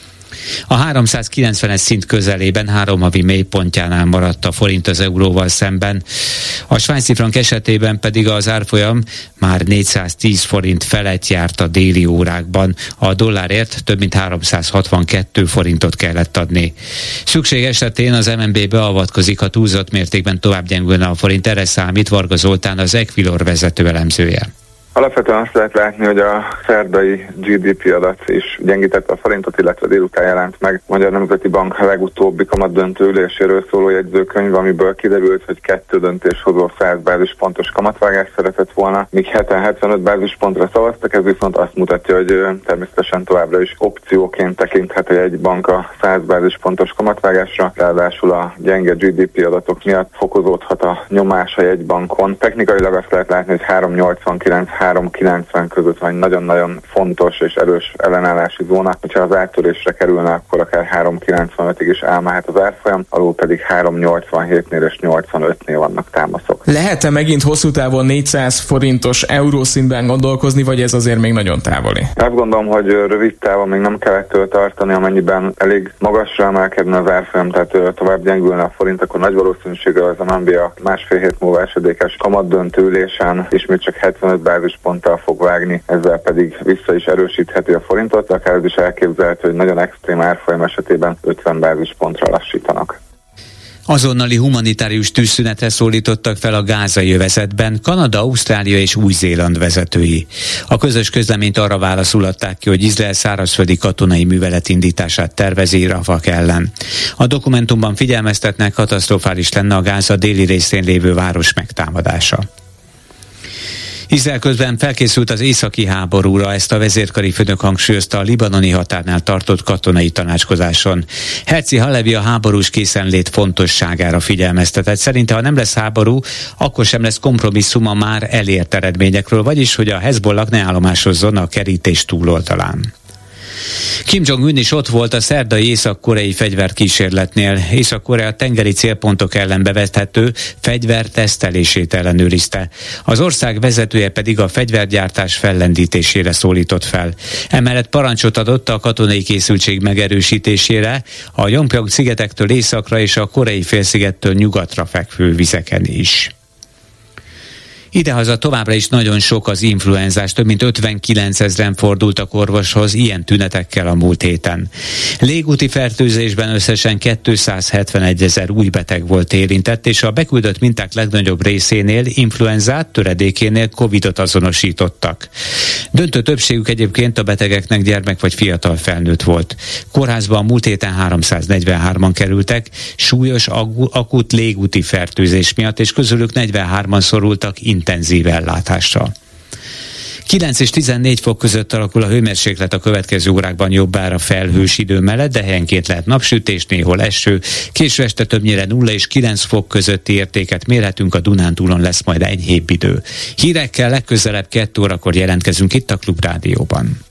A háromszázkilencvenes szint közelében három havi mélypontjánál maradt a forint az euróval szemben. A svájci frank esetében pedig az árfolyam már négyszáztíz forint felett járt a déli órákban. A dollárért több mint háromszázhatvankettő forintot kellett adni. Szükség esetén az em en bé beavatkozik, ha túlzott mértékben tovább gyengülne a forint, erre számít Varga Zoltán, az Equilor vezető elemzője. Alapvetően azt lehet látni, hogy a szerdai gé dé pé adat is gyengítette a forintot, illetve délután jelent meg a Magyar Nemzeti Bank legutóbbi kamatdöntő üléséről szóló jegyzőkönyv, amiből kiderült, hogy kettő döntéshozó száz bázispontos kamatvágást szeretett volna, míg heten hetvenöt bázispontra szavaztak, ez viszont azt mutatja, hogy természetesen továbbra is opcióként tekinthet egy bank a száz bázispontos kamatvágásra, ráadásul a gyenge gé dé pé adatok miatt fokozódhat a nyomás a jegybankon. Technikailag azt lehet látni, hogy három nyolcvankilenc három kilencven között van egy nagyon-nagyon fontos és erős ellenállási zóna. Hogyha az áttörésre kerülne, akkor akár három kilencvenötig is elmehet az árfolyam, alul pedig három nyolcvanhétnél és nyolcvanötnél vannak támaszok. Lehet-e megint hosszú távon négyszáz forintos eurószintben gondolkozni, vagy ez azért még nagyon távoli? Azt gondolom, hogy rövid távon még nem kell ettől tartani, amennyiben elég magasra emelkedne az árfolyam, tehát tovább gyengülne a forint, akkor nagy valószínűséggel az em en bé a másfél hét múlva esedékes kamatdöntő ülésen ismét csak hetvenöt bázisponttal fog vágni, ezzel pedig vissza is erősítheti a forintot, akár ez is elképzelhető, hogy nagyon extrém árfolyam esetében ötven bázispontra lassítanak. Azonnali humanitárius tűzszünetre szólítottak fel a gázai övezetben Kanada, Ausztrália és Új-Zéland vezetői. A közös közleményt arra válaszolatták ki, hogy Izrael szárazföldi katonai művelet indítását tervezi Rafah ellen. A dokumentumban figyelmeztetnek, katasztrofális lenne a Gáza déli részén lévő város megtámadása. Izrael közben felkészült az északi háborúra, ezt a vezérkari főnök hangsúlyozta a libanoni határnál tartott katonai tanácskozáson. Herzi Halevi a háborús készenlét fontosságára figyelmeztetett. Szerinte, ha nem lesz háború, akkor sem lesz kompromisszum a már elért eredményekről, vagyis hogy a Hezbollah ne állomásozzon a kerítés túloldalán. Kim Jong-un is ott volt a szerdai észak-koreai fegyverkísérletnél. Észak-Korea tengeri célpontok ellen bevethető fegyver tesztelését ellenőrizte. Az ország vezetője pedig a fegyvergyártás fellendítésére szólított fel. Emellett parancsot adott a katonai készültség megerősítésére a Jongpyong szigetektől északra és a koreai félszigettől nyugatra fekvő vizeken is. Idehaza továbbra is nagyon sok az influenzás, több mint ötvenkilencezren fordultak orvoshoz ilyen tünetekkel a múlt héten. Légúti fertőzésben összesen kétszázhetvenegy ezer új beteg volt érintett, és a beküldött minták legnagyobb részénél influenzát, töredékénél Covidot azonosítottak. Döntő többségük egyébként a betegeknek gyermek vagy fiatal felnőtt volt. Kórházban a múlt héten háromszáznegyvenhárman kerültek súlyos akut légúti fertőzés miatt, és közülük negyvenhárman szorultak intenzív ellátásra. kilenc és tizennégy fok között alakul a hőmérséklet a következő órákban, jobbára felhős idő mellett, de helyenként lehet napsütés, néhol eső. Késő este többnyire nulla és kilenc fok közötti értéket mérhetünk, a Dunántúlon lesz majd enyhébb idő. Hírekkel legközelebb kettő órakor jelentkezünk itt a Klubrádióban.